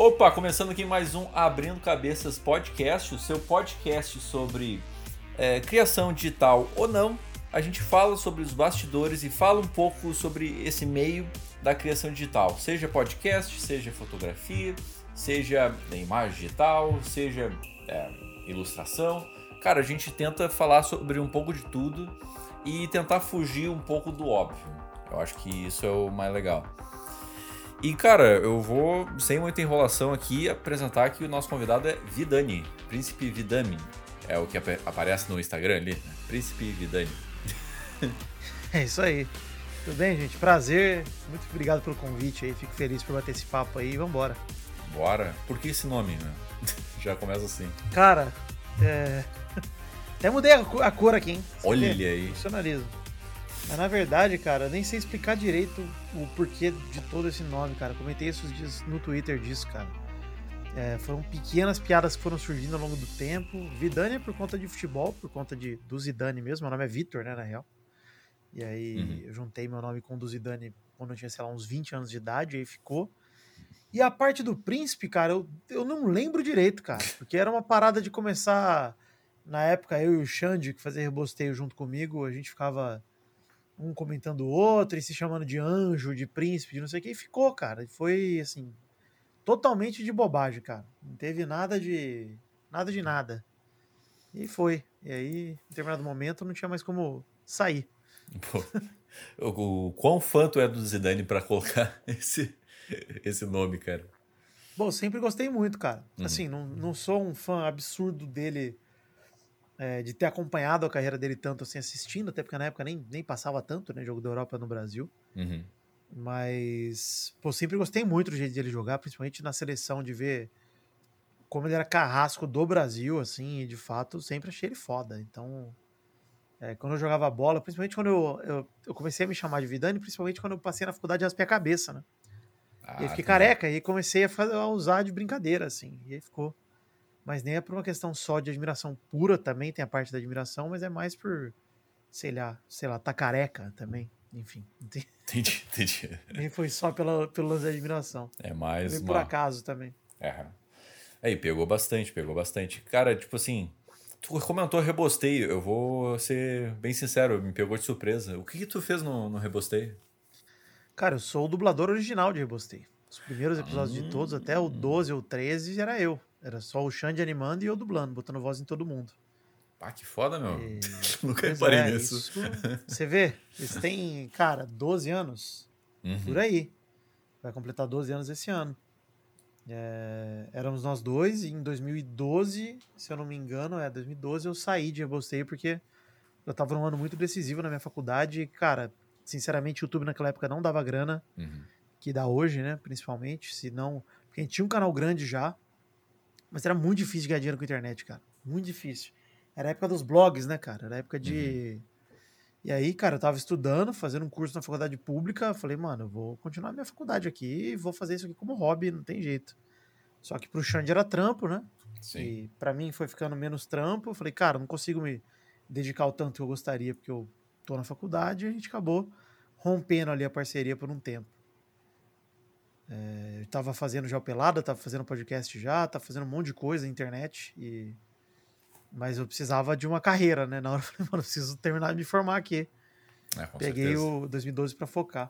Opa, começando aqui mais um Abrindo Cabeças Podcast, o seu podcast sobre criação digital ou não. A gente fala sobre os bastidores e fala um pouco sobre esse meio da criação digital, seja podcast, seja fotografia, seja imagem digital, seja ilustração. Cara, a gente tenta falar sobre um pouco de tudo e tentar fugir um pouco do óbvio. Eu acho que isso é o mais legal. E, cara, eu vou, sem muita enrolação aqui, apresentar que o nosso convidado é Vidani, Príncipe Vidani. É o que aparece no Instagram ali, né? Príncipe Vidani. É isso aí. Tudo bem, gente? Prazer. Muito obrigado pelo convite aí. Fico feliz por bater esse papo aí. Vambora. Bora. Por que esse nome, né? Já começa assim. Cara, até mudei a cor aqui, hein? Olha aí. Profissionalismo. Mas na verdade, cara, eu nem sei explicar direito o porquê de todo esse nome, cara. Comentei esses dias no Twitter disso, cara. Foram pequenas piadas que foram surgindo ao longo do tempo. Vidani é por conta de futebol, por conta do Zidane mesmo. Meu nome é Vitor, né, na real. E aí eu juntei meu nome com o do Zidane quando eu tinha, sei lá, uns 20 anos de idade, aí ficou. E a parte do príncipe, cara, eu não lembro direito, cara. Porque era uma parada de começar... Na época, eu e o Xande, que fazia rebosteio junto comigo, a gente ficava... um comentando o outro e se chamando de anjo, de príncipe, de não sei o que, e ficou, cara. Foi, assim, totalmente de bobagem, cara. Não teve nada de nada. E foi. E aí, em determinado momento, não tinha mais como sair. Pô, o quão fã tu é do Zidane pra colocar esse nome, cara? Bom, sempre gostei muito, cara. Assim, não sou um fã absurdo dele, de ter acompanhado a carreira dele tanto assim, assistindo, até porque na época nem passava tanto, né, jogo da Europa no Brasil. Mas, pô, sempre gostei muito do jeito dele jogar, principalmente na seleção, de ver como ele era carrasco do Brasil, assim, e de fato sempre achei ele foda. Então, quando eu jogava bola, principalmente quando eu comecei a me chamar de Vidani, principalmente quando eu passei na faculdade e raspei a cabeça, né? E aí fiquei careca, e aí comecei a usar de brincadeira, assim, e aí ficou. Mas nem é por uma questão só de admiração pura, também tem a parte da admiração, mas é mais por, sei lá, tá careca também, enfim. Entendi. Nem foi só pelo lance da admiração. É mais Foi por acaso também. Aí, pegou bastante. Cara, tipo assim, tu comentou rebosteio, eu vou ser bem sincero, me pegou de surpresa. O que tu fez no rebosteio? Cara, eu sou o dublador original de Rebosteio. Os primeiros episódios de todos, até o 12 ou 13, era eu. Era só o Xande animando e eu dublando, botando voz em todo mundo. Ah, que foda, meu. Nunca Pois reparei nisso. Isso, você vê, eles têm, cara, 12 anos. Por aí. Vai completar 12 anos esse ano. Éramos nós dois, e em 2012, se eu não me engano, 2012 eu saí de Rebosteio porque eu tava num ano muito decisivo na minha faculdade e, cara, sinceramente, o YouTube naquela época não dava grana, que dá hoje, né, principalmente, se não... Porque a gente tinha um canal grande já, mas era muito difícil de ganhar dinheiro com a internet, cara. Muito difícil. Era a época dos blogs, né, cara? Era a época de... E aí, cara, eu tava estudando, fazendo um curso na faculdade pública, falei, mano, eu vou continuar minha faculdade aqui e vou fazer isso aqui como hobby, não tem jeito. Só que pro Xande era trampo, né? Sim. E pra mim foi ficando menos trampo, eu falei, cara, não consigo me dedicar o tanto que eu gostaria, porque eu tô na faculdade, e a gente acabou rompendo ali a parceria por um tempo. Eu tava fazendo já o Pelada, tava fazendo podcast já, tava fazendo um monte de coisa na internet, mas eu precisava de uma carreira, né? Na hora eu falei, mano, eu preciso terminar de me formar aqui. Peguei certeza. o 2012 pra focar.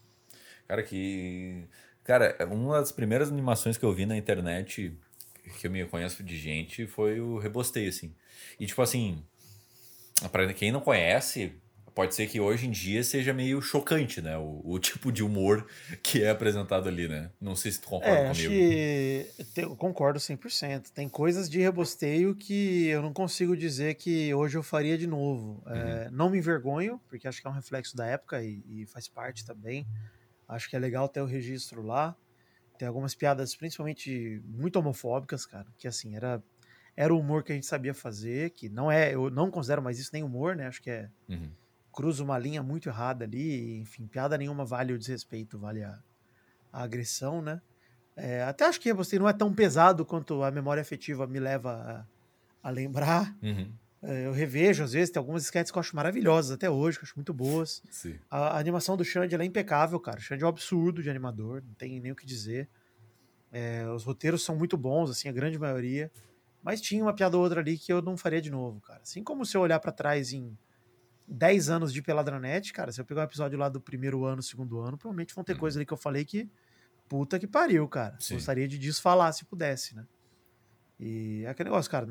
Cara, uma das primeiras animações que eu vi na internet, que eu me conheço de gente, foi o Rebosteio, assim. E tipo assim, pra quem não conhece, pode ser que hoje em dia seja meio chocante, né? O tipo de humor que é apresentado ali, né? Não sei se tu concorda Acho comigo. que eu concordo 100%. Tem coisas de Rebosteio que eu não consigo dizer que hoje eu faria de novo. Não me envergonho, porque acho que é um reflexo da época e faz parte também. Acho que é legal ter o registro lá. Tem algumas piadas, principalmente muito homofóbicas, cara, que assim, era o humor que a gente sabia fazer, que não é, eu não considero mais isso nem humor, né? Acho que cruza uma linha muito errada ali, enfim, piada nenhuma vale o desrespeito, vale a agressão, né? Até acho que Rebosteio não é tão pesado quanto a memória afetiva me leva a lembrar. Eu revejo, às vezes, tem algumas sketches que eu acho maravilhosas até hoje, que eu acho muito boas. Sim. A animação do Xande, ela é impecável, cara. O Xande é um absurdo de animador, não tem nem o que dizer. Os roteiros são muito bons, assim, a grande maioria. Mas tinha uma piada ou outra ali que eu não faria de novo, cara. Assim como se eu olhar pra trás em 10 anos de Peladranet, cara, se eu pegar um episódio lá do primeiro ano, segundo ano, provavelmente vão ter coisa ali que eu falei que puta que pariu, cara. Sim. Gostaria de desfalar se pudesse, né? E é aquele negócio, cara,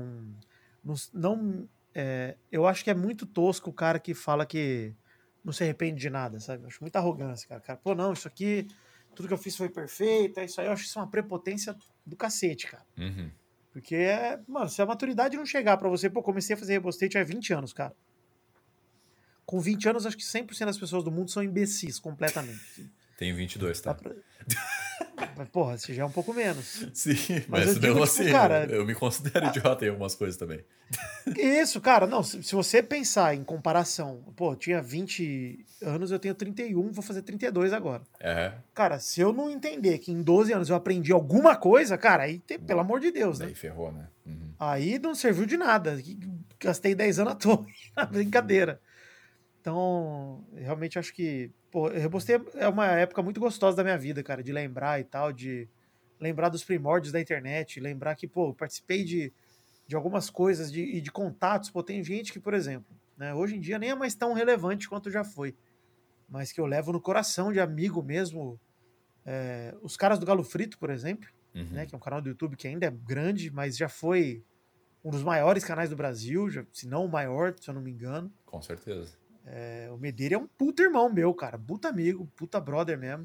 eu acho que é muito tosco o cara que fala que não se arrepende de nada, sabe? Eu acho muita arrogância, cara. Pô, não, isso aqui, tudo que eu fiz foi perfeito, é isso aí. Eu acho isso uma prepotência do cacete, cara. Uhum. Porque, mano, se a maturidade não chegar pra você, pô, comecei a fazer Rebostete há 20 anos, cara. Com 20 anos, acho que 100% das pessoas do mundo são imbecis, completamente. Tenho 22, tá? Mas, porra, você já é um pouco menos. Sim, mas eu digo, não tipo, assim, cara, eu me considero idiota em algumas coisas também. Isso, cara, não, se você pensar em comparação, pô, eu tinha 20 anos, eu tenho 31, vou fazer 32 agora. Cara, se eu não entender que em 12 anos eu aprendi alguma coisa, cara, aí, pelo amor de Deus, né? Daí ferrou, né? Uhum. Aí não serviu de nada. Gastei 10 anos à toa, brincadeira. Então, realmente acho que, pô, Rebostei é uma época muito gostosa da minha vida, cara, de lembrar e tal, de lembrar dos primórdios da internet, lembrar que, pô, eu participei de algumas coisas e de contatos. Pô, tem gente que, por exemplo, né, hoje em dia nem é mais tão relevante quanto já foi, mas que eu levo no coração de amigo mesmo. Os caras do Galo Frito, por exemplo, né, que é um canal do YouTube que ainda é grande, mas já foi um dos maiores canais do Brasil, se não o maior, se eu não me engano. Com certeza. O Medeira é um puta irmão meu, cara, puta amigo, puta brother mesmo.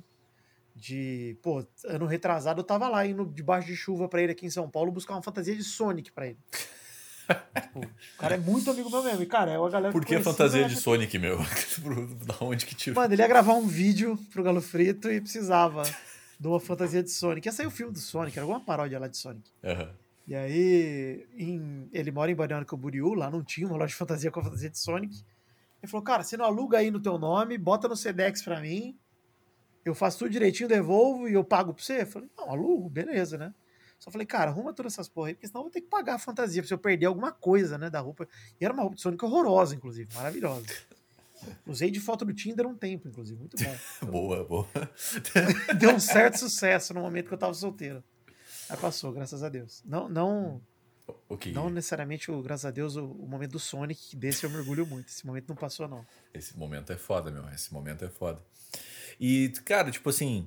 Pô, ano retrasado eu tava lá indo debaixo de chuva pra ele aqui em São Paulo buscar uma fantasia de Sonic pra ele. Tipo, o cara é muito amigo meu mesmo. E, cara, é uma galera. Por que a fantasia de Sonic, meu? Da onde que tirou? Mano, ele ia gravar um vídeo pro Galo Frito e precisava de uma fantasia de Sonic. Ia sair o filme do Sonic, era alguma paródia lá de Sonic. Uhum. E aí, ele mora em Balneário Camboriú, lá não tinha uma loja de fantasia com a fantasia de Sonic. Ele falou, cara, você não aluga aí no teu nome, bota no Sedex pra mim, eu faço tudo direitinho, devolvo e eu pago pra você? Eu falei, não, alugo, beleza, né? Só falei, cara, arruma todas essas porra aí, porque senão eu vou ter que pagar a fantasia, se eu perder alguma coisa, né, da roupa. E era uma roupa de Sonic horrorosa, inclusive, maravilhosa. Usei de foto do Tinder um tempo, inclusive, muito bom. Então, boa. Deu um certo sucesso no momento que eu tava solteiro. Aí passou, graças a Deus. Não necessariamente, graças a Deus, o momento do Sonic, desse eu mergulho muito. Esse momento não passou, não. Esse momento é foda, meu. Esse momento é foda. E, cara, tipo assim...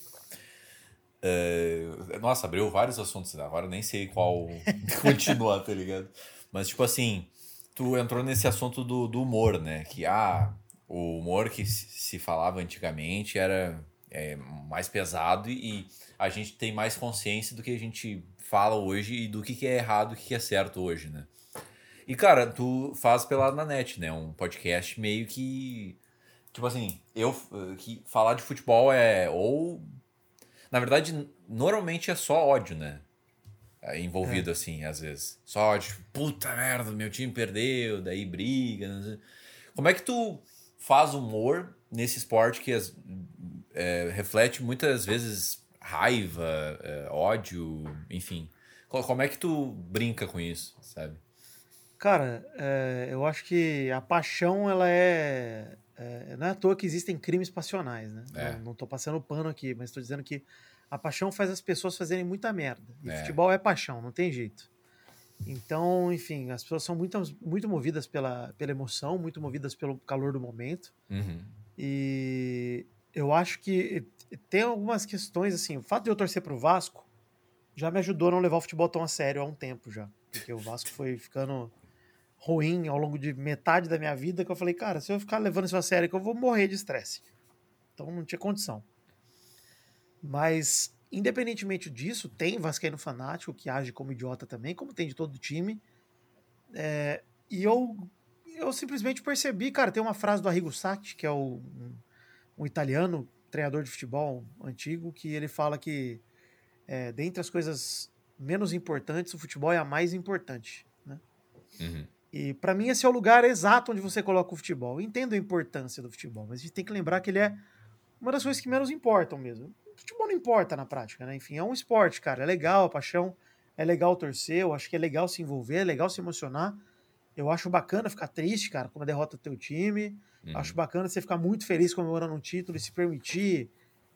Nossa, abriu vários assuntos. Agora nem sei qual continuar, tá ligado? Mas, tipo assim... Tu entrou nesse assunto do humor, né? Que, o humor que se falava antigamente era mais pesado e a gente tem mais consciência do que a gente fala hoje e do que é errado e o que é certo hoje, né? E, cara, tu faz Pelado na Net, né? Um podcast meio que... Tipo assim, que falar de futebol na verdade, normalmente é só ódio, né? Envolvido assim, às vezes. Só tipo, puta merda, meu time perdeu, daí briga. Não sei. Como é que tu faz humor nesse esporte que reflete muitas vezes raiva, ódio, enfim. Como é que tu brinca com isso, sabe? Cara, eu acho que a paixão, ela não é à toa que existem crimes passionais, né? Não tô passando pano aqui, mas tô dizendo que a paixão faz as pessoas fazerem muita merda. E futebol é paixão, não tem jeito. Então, enfim, as pessoas são muito, muito movidas pela emoção, muito movidas pelo calor do momento. Uhum. E eu acho que tem algumas questões, assim, o fato de eu torcer pro Vasco já me ajudou a não levar o futebol tão a sério há um tempo já. Porque o Vasco foi ficando ruim ao longo de metade da minha vida, que eu falei, cara, se eu ficar levando isso a sério, que eu vou morrer de estresse. Então não tinha condição. Mas, independentemente disso, tem vascaíno fanático que age como idiota também, como tem de todo time. E eu simplesmente percebi, cara, tem uma frase do Arrigo Sacchi, que é um italiano, treinador de futebol antigo, que ele fala que dentre as coisas menos importantes, o futebol é a mais importante, né? Uhum. E pra mim esse é o lugar exato onde você coloca o futebol. Eu entendo a importância do futebol, mas a gente tem que lembrar que ele é uma das coisas que menos importam mesmo. O futebol não importa na prática, né? Enfim, é um esporte, cara. É legal a paixão, é legal torcer, eu acho que é legal se envolver, é legal se emocionar. Eu acho bacana ficar triste, cara, com a derrota do teu time. Acho bacana você ficar muito feliz comemorando um título e se permitir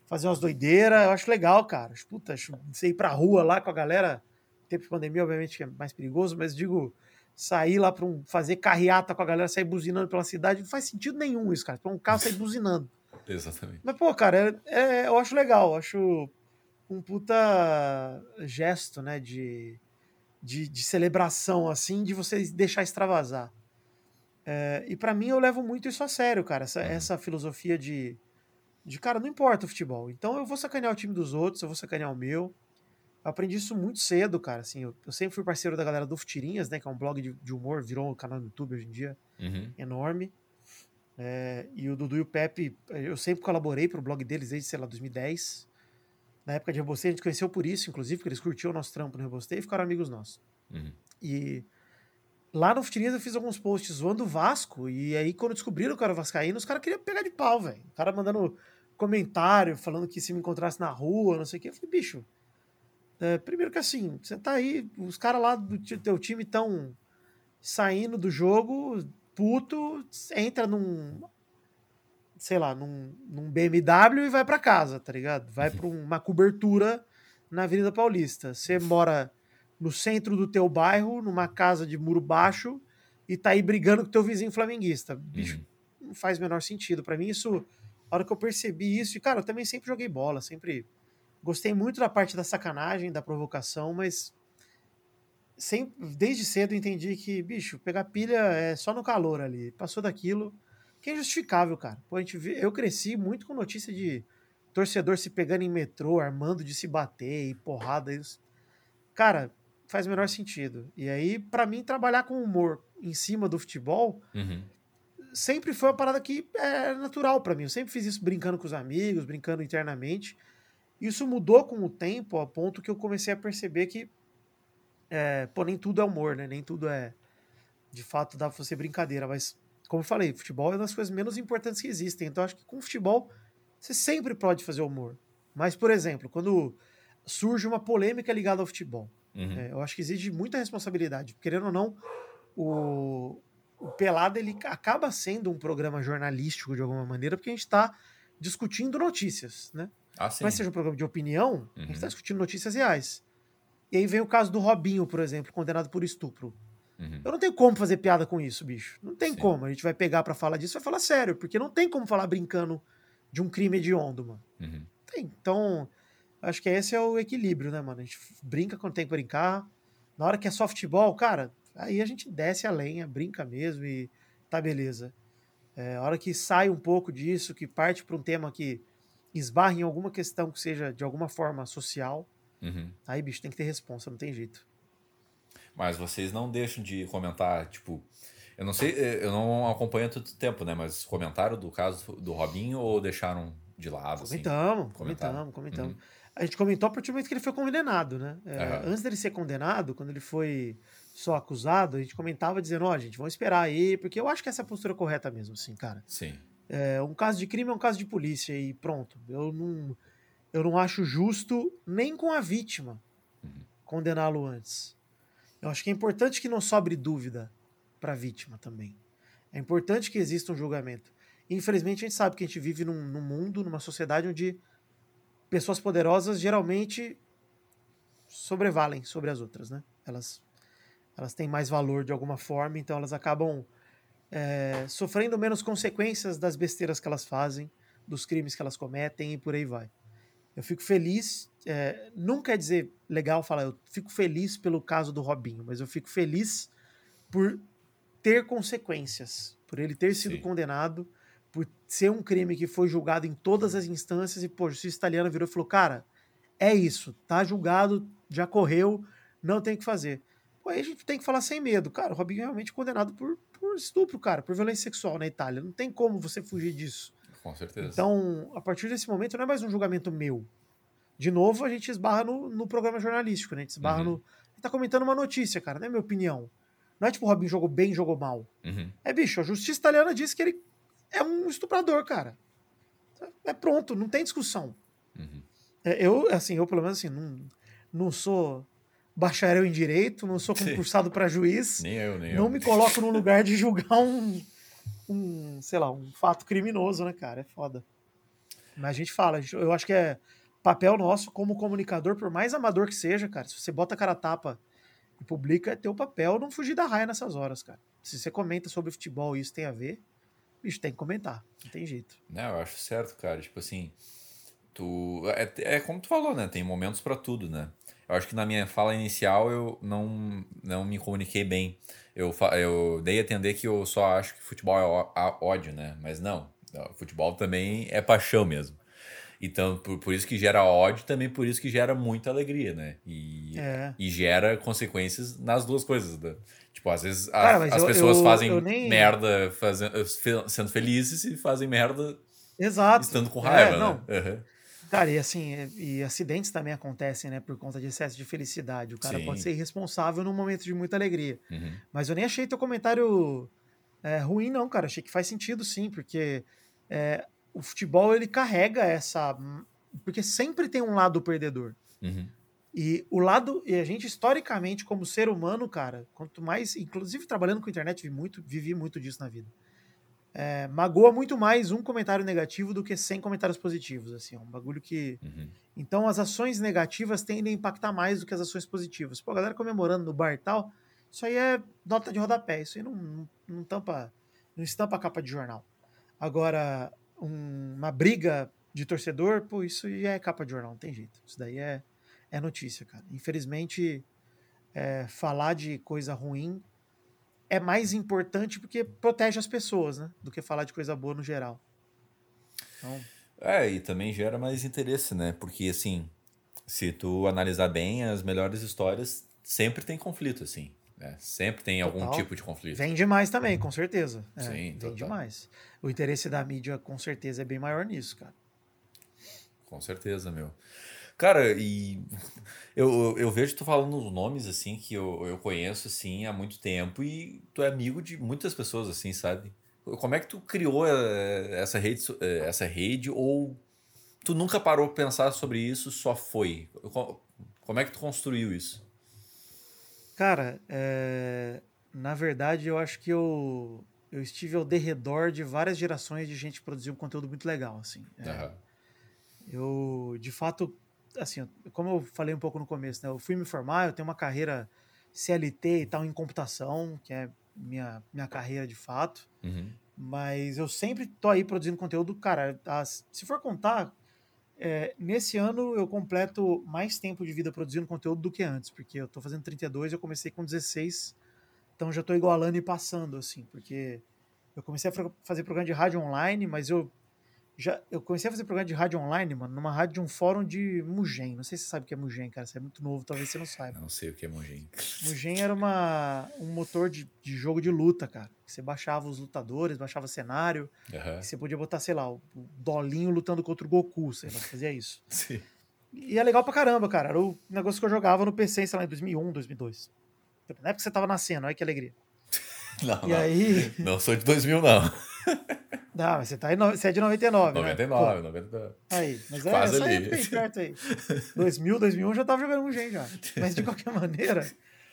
fazer umas doideiras. Eu acho legal, cara. Puta, você ir pra rua lá com a galera. Tempo de pandemia, obviamente, que é mais perigoso, mas digo, sair lá pra fazer carreata com a galera, sair buzinando pela cidade, não faz sentido nenhum isso, cara. Pra um carro sair buzinando. Exatamente. Mas, pô, cara, eu acho legal. Eu acho um puta gesto, né, de celebração, assim, de você deixar extravasar. E pra mim, eu levo muito isso a sério, cara. Essa filosofia de, cara, não importa o futebol. Então eu vou sacanear o time dos outros, eu vou sacanear o meu. Eu aprendi isso muito cedo, cara. Assim, eu sempre fui parceiro da galera do Futirinhas, né? Que é um blog de humor, virou um canal no YouTube hoje em dia enorme. E o Dudu e o Pepe, eu sempre colaborei pro blog deles desde, sei lá, 2010. Na época de Rebostei, a gente conheceu por isso, inclusive, porque eles curtiam o nosso trampo no Rebostei e ficaram amigos nossos. E lá no Futirinhas eu fiz alguns posts zoando o Vasco, e aí quando descobriram que eu era vascaíno, os caras queriam pegar de pau, velho. O cara mandando comentário, falando que se me encontrasse na rua, não sei o quê. Eu falei, bicho, primeiro que assim, você tá aí, os caras lá do teu time estão saindo do jogo, puto, entra sei lá, num BMW e vai pra casa, tá ligado? Vai pra uma cobertura na Avenida Paulista. Você mora no centro do teu bairro, numa casa de muro baixo, e tá aí brigando com teu vizinho flamenguista. Bicho, não faz o menor sentido. Pra mim, isso, a hora que eu percebi isso, e cara, eu também sempre joguei bola, sempre gostei muito da parte da sacanagem, da provocação, mas desde cedo entendi que, bicho, pegar pilha é só no calor ali. Passou daquilo, que é injustificável, cara. Pô, eu cresci muito com notícia de torcedor se pegando em metrô, armando de se bater e porrada. Isso. Cara, faz o menor sentido. E aí, pra mim, trabalhar com humor em cima do futebol sempre foi uma parada que é natural pra mim. Eu sempre fiz isso brincando com os amigos, brincando internamente. Isso mudou com o tempo, a ponto que eu comecei a perceber que pô, nem tudo é humor, né? Nem tudo de fato, dá pra ser brincadeira. Mas, como eu falei, futebol é uma das coisas menos importantes que existem. Então, acho que com futebol, você sempre pode fazer humor. Mas, por exemplo, quando surge uma polêmica ligada ao futebol, eu acho que exige muita responsabilidade. Querendo ou não, o Pelada, ele acaba sendo um programa jornalístico, de alguma maneira, porque a gente tá discutindo notícias, né? Mas seja um programa de opinião, a gente tá discutindo notícias reais. E aí vem o caso do Robinho, por exemplo, condenado por estupro. Eu não tenho como fazer piada com isso, bicho. Não tem como. A gente vai pegar pra falar disso e vai falar sério, porque não tem como falar brincando de um crime hediondo, mano. Tem. Então, acho que esse é o equilíbrio, né, mano? A gente brinca quando tem que brincar. Na hora que é só futebol, cara, aí a gente desce a lenha, brinca mesmo e tá beleza. A hora que sai um pouco disso, que parte pra um tema que esbarra em alguma questão que seja de alguma forma social, aí, bicho, tem que ter responsa, não tem jeito. Mas vocês não deixam de comentar, tipo... Eu não sei, eu não acompanho há tanto tempo, né? Mas comentaram do caso do Robinho ou deixaram de lado, Comentamos. A gente comentou a partir do momento que ele foi condenado, né? Antes dele ser condenado, quando ele foi só acusado, a gente comentava dizendo, ó, gente, vamos esperar aí, porque eu acho que essa é a postura correta mesmo, assim, cara. Sim. Um caso de crime é um caso de polícia e pronto. Eu não acho justo nem com a vítima condená-lo antes. Eu acho que é importante que não sobre dúvida para a vítima também. É importante que exista um julgamento. Infelizmente, a gente sabe que a gente vive num mundo, numa sociedade onde pessoas poderosas geralmente sobrevalem sobre as outras, né? Elas têm mais valor de alguma forma, então elas acabam sofrendo menos consequências das besteiras que elas fazem, dos crimes que elas cometem e por aí vai. Eu fico feliz, não quer dizer legal falar, eu fico feliz pelo caso do Robinho, mas eu fico feliz por ter consequências, por ele ter sido condenado, por ser um crime que foi julgado em todas as instâncias e, pô, a justiça italiana virou e falou, cara, é isso, tá julgado, já correu, não tem o que fazer. Pô, aí a gente tem que falar sem medo, cara, o Robinho é realmente condenado por estupro, cara, por violência sexual na Itália, não tem como você fugir disso. Com certeza. Então, a partir desse momento, não é mais um julgamento meu. De novo, a gente esbarra no programa jornalístico, né? A gente esbarra A gente tá comentando uma notícia, cara, não é minha opinião. Não é tipo o Robinho jogou bem, jogou mal. Bicho, a justiça italiana disse que ele é um estuprador, cara. É pronto, não tem discussão. Eu pelo menos, assim, não sou bacharel em direito, não sou concursado para juiz. Nem eu. Não me coloco no lugar de julgar sei lá, um fato criminoso, né, cara? É foda. Mas a gente fala, eu acho que é papel nosso como comunicador, por mais amador que seja, cara, se você bota a cara a tapa e publica, é teu papel não fugir da raia nessas horas, cara. Se você comenta sobre futebol e isso tem a ver, bicho, tem que comentar, não tem jeito. Não, eu acho certo, cara. Tipo assim, é como tu falou, né? Tem momentos pra tudo, né? Eu acho que na minha fala inicial eu não me comuniquei bem. Eu dei a entender que eu só acho que futebol é ódio, né? Mas não. Futebol também é paixão mesmo. Então, por isso que gera ódio, também por isso que gera muita alegria, né? É. E gera consequências nas duas coisas, né? Tipo, às vezes Cara, mas as pessoas eu fazem nem. merda sendo felizes e fazem merda Exato. estando com É, raiva, né? não. Uhum. Cara, e assim, e acidentes também acontecem, né, por conta de excesso de felicidade. O cara pode Sim. ser irresponsável num momento de muita alegria. Uhum. Mas eu nem achei teu comentário ruim, não, cara. Achei que faz sentido, sim, porque o futebol ele carrega essa. Porque sempre tem um lado perdedor. Uhum. E o lado. E a gente, historicamente, como ser humano, cara, quanto mais. Inclusive, trabalhando com internet, vivi muito disso na vida. Magoa muito mais um comentário negativo do que 100 comentários positivos. Assim, é um bagulho que. Uhum. Então, as ações negativas tendem a impactar mais do que as ações positivas. Pô, a galera comemorando no bar e tal, isso aí é nota de rodapé. Isso aí não tampa. Não estampa a capa de jornal. Agora, uma briga de torcedor, pô, isso aí é capa de jornal, não tem jeito. Isso daí é notícia, cara. Infelizmente, falar de coisa ruim é mais importante porque protege as pessoas, né? Do que falar de coisa boa no geral. Então, E também gera mais interesse, né? Porque, assim, se tu analisar bem, as melhores histórias sempre tem conflito, assim, né? Sempre tem algum total. tipo de conflito. Vem demais também, com certeza. Sim, Vem total. demais. O interesse da mídia, com certeza, é bem maior nisso, cara. Com certeza, meu. Cara, e eu vejo tu falando os nomes, assim, que eu conheço, assim, há muito tempo e tu é amigo de muitas pessoas, assim, sabe? Como é que tu criou essa rede ou tu nunca parou pra pensar sobre isso, só foi? Como é que tu construiu isso? Cara, na verdade, eu acho que eu estive ao derredor de várias gerações de gente que produziu um conteúdo muito legal, assim. Aham. Eu, de fato, assim, como eu falei um pouco no começo, né? Eu fui me formar, eu tenho uma carreira CLT e tal em computação, que é minha carreira de fato. Uhum. Mas eu sempre tô aí produzindo conteúdo, cara. Se for contar, nesse ano eu completo mais tempo de vida produzindo conteúdo do que antes, porque eu tô fazendo 32, eu comecei com 16, então já tô igualando e passando, assim, porque eu comecei a fazer programa de rádio online, mas eu comecei a fazer programa de rádio online, mano, numa rádio de um fórum de Mugen. Não sei se você sabe o que é Mugen, cara. Você é muito novo, talvez você não saiba. Não sei o que é Mojang. Mugen era um motor de jogo de luta, cara. Você baixava os lutadores, baixava cenário, Aham. e você podia botar, sei lá, o Dolinho lutando contra o Goku, sei lá, fazia isso. Sim. E é legal pra caramba, cara. Era o negócio que eu jogava no PC, sei lá, em 2001, 2002. Na época que você tava nascendo, olha que alegria. Não, E não. aí... Não sou de 2000, não. Não, mas você é de 99, né? Pô, 99, 99. aí, mas é Quase essa ali. época aí, perto aí. 2000, 2001 eu já tava jogando Mugen já. Mas de qualquer maneira,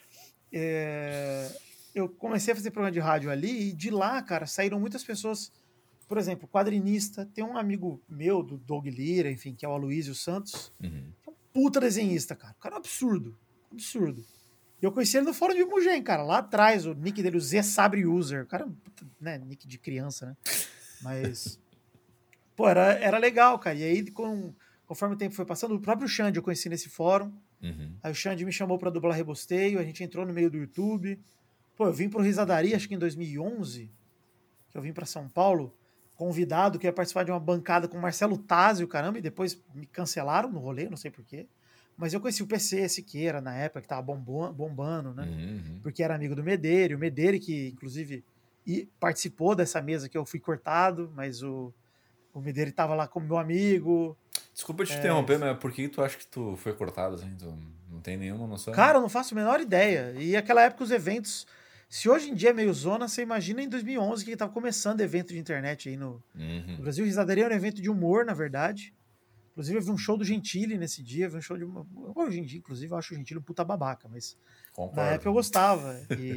eu comecei a fazer programa de rádio ali e de lá, cara, saíram muitas pessoas, por exemplo, quadrinista. Tem um amigo meu, do Doug Lira, enfim, que é o Aloysio Santos, Uhum. que é um puta desenhista, cara. O cara é um absurdo, absurdo. E eu conheci ele no fórum de Mugen, cara, lá atrás, o nick dele, o Z Sabre User. O cara, né, nick de criança, né? Mas, pô, era legal, cara. E aí, conforme o tempo foi passando, o próprio Xande eu conheci nesse fórum. Uhum. Aí o Xande me chamou pra dublar Rebosteio, a gente entrou no meio do YouTube. Pô, eu vim pro Risadaria, acho que em 2011, que eu vim pra São Paulo, convidado, que ia participar de uma bancada com o Marcelo Tazio, caramba, e depois me cancelaram no rolê, não sei porquê. Mas eu conheci o PC Siqueira na época, que tava bombando, né? Uhum. Porque era amigo do Medeiros, o Medeiros que, inclusive, participou dessa mesa que eu fui cortado, mas o Medeiros tava lá como meu amigo. Desculpa te interromper, mas por que tu acha que tu foi cortado assim? Tu não tem nenhuma noção? Cara, eu não faço a menor ideia. E aquela época os eventos, se hoje em dia é meio zona, você imagina em 2011 que tava começando evento de internet aí no Brasil. Risadaria era um evento de humor, na verdade. Inclusive eu vi um show do Gentili nesse dia, vi um show de hoje em dia, inclusive, eu acho o Gentili um puta babaca, mas na época eu Concordo. gostava.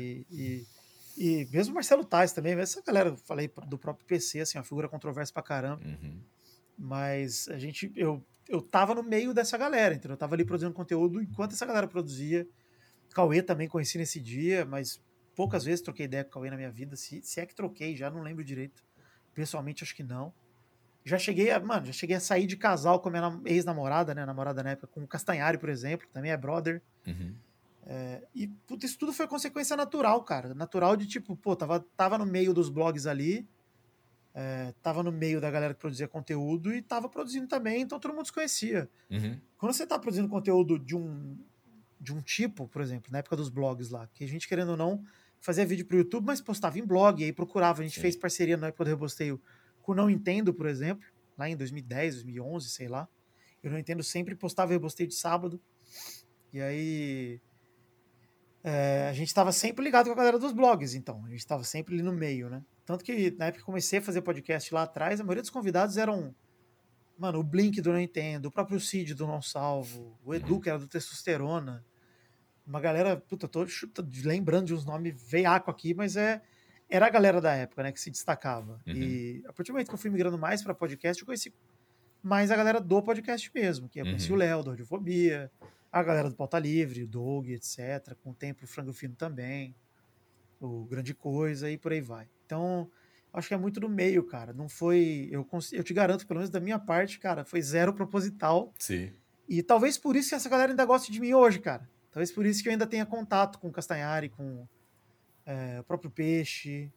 E mesmo o Marcelo Tais também, essa galera, eu falei do próprio PC, assim, uma figura controversa pra caramba. Uhum. Mas eu tava no meio dessa galera, entendeu? Eu tava ali produzindo conteúdo enquanto essa galera produzia. Cauê também conheci nesse dia, mas poucas vezes troquei ideia com o Cauê na minha vida. Se é que troquei, já não lembro direito. Pessoalmente, acho que não. Já cheguei a sair de casal com a minha ex-namorada, né? Namorada na época, com o Castanhari, por exemplo, que também é brother. Uhum. E puta, isso tudo foi consequência natural, cara. Natural de tipo, pô, tava no meio dos blogs ali, tava no meio da galera que produzia conteúdo e tava produzindo também, então todo mundo se conhecia. Uhum. Quando você tá produzindo conteúdo de um tipo, por exemplo, na época dos blogs lá, que a gente, querendo ou não, fazia vídeo pro YouTube, mas postava em blog, e aí procurava. A gente fez Sim. parceria na época do Rebosteio com o Não Entendo, por exemplo, lá em 2010, 2011, sei lá. Eu Não Entendo sempre postava Rebosteio de sábado. E aí a gente estava sempre ligado com a galera dos blogs, então. A gente estava sempre ali no meio, né? Tanto que na época que comecei a fazer podcast lá atrás, a maioria dos convidados eram, mano, o Blink do Não Entendo, o próprio Cid do Não Salvo, o Edu, Uhum. que era do Testosterona. Uma galera, puta, eu tô lembrando de uns nomes veiaco aqui, mas era a galera da época, né, que se destacava. Uhum. E a partir do momento que eu fui migrando mais para podcast, eu conheci mais a galera do podcast mesmo, que eu conheci o Uhum. Léo, do Radiofobia, a galera do Pauta Livre, o Doug, etc. Com o tempo o Frango Fino também, o Grande Coisa e por aí vai. Então, acho que é muito do meio, cara. Não foi. Eu te garanto, pelo menos da minha parte, cara, foi zero proposital. Sim. E talvez por isso que essa galera ainda goste de mim hoje, cara. Talvez por isso que eu ainda tenha contato com o Castanhari, com o próprio Peixe.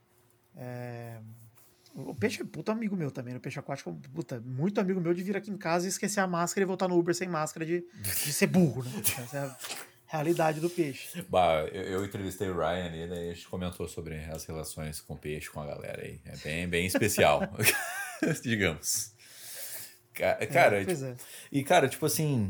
O Peixe é puta amigo meu também, né? O Peixe Aquático é puta, muito amigo meu de vir aqui em casa e esquecer a máscara e voltar no Uber sem máscara de ser burro, né? Essa é a realidade do Peixe. Bah, eu entrevistei o Ryan ali, daí a gente comentou sobre as relações com o peixe, com a galera aí. É bem, bem especial, digamos. Cara, Pois é. e cara, tipo assim,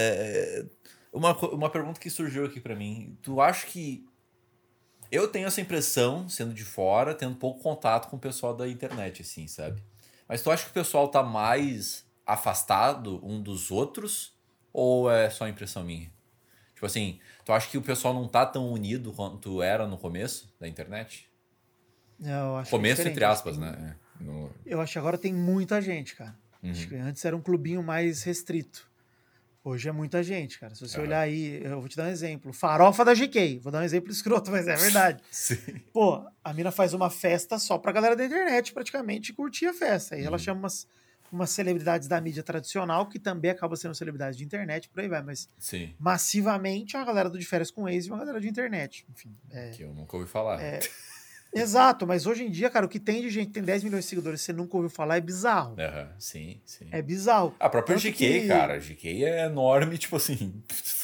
uma pergunta que surgiu aqui pra mim. Tu acha que eu tenho essa impressão, sendo de fora, tendo pouco contato com o pessoal da internet, assim, sabe? Mas tu acha que o pessoal tá mais afastado um dos outros? Ou é só impressão minha? Tipo assim, tu acha que o pessoal não tá tão unido quanto era no começo da internet? Eu acho que é Começo, entre diferente. aspas, né? Eu acho que agora tem muita gente, cara. Acho que antes era um clubinho mais restrito. Hoje é muita gente, cara. Se você olhar aí, eu vou te dar um exemplo. Farofa da GK. Vou dar um exemplo escroto, mas é verdade. Sim. Pô, a mina faz uma festa só pra galera da internet, praticamente, curtir a festa. Aí ela chama umas celebridades da mídia tradicional, que também acabam sendo celebridades de internet, por aí vai. Mas Sim. massivamente a galera do De Férias com Ex e uma galera de internet. Enfim. Que eu nunca ouvi falar. Exato, mas hoje em dia, cara, o que tem de gente que tem 10 milhões de seguidores e você nunca ouviu falar é bizarro. Sim, sim. É bizarro. A própria Tanto GK, cara. A GK é enorme, tipo assim.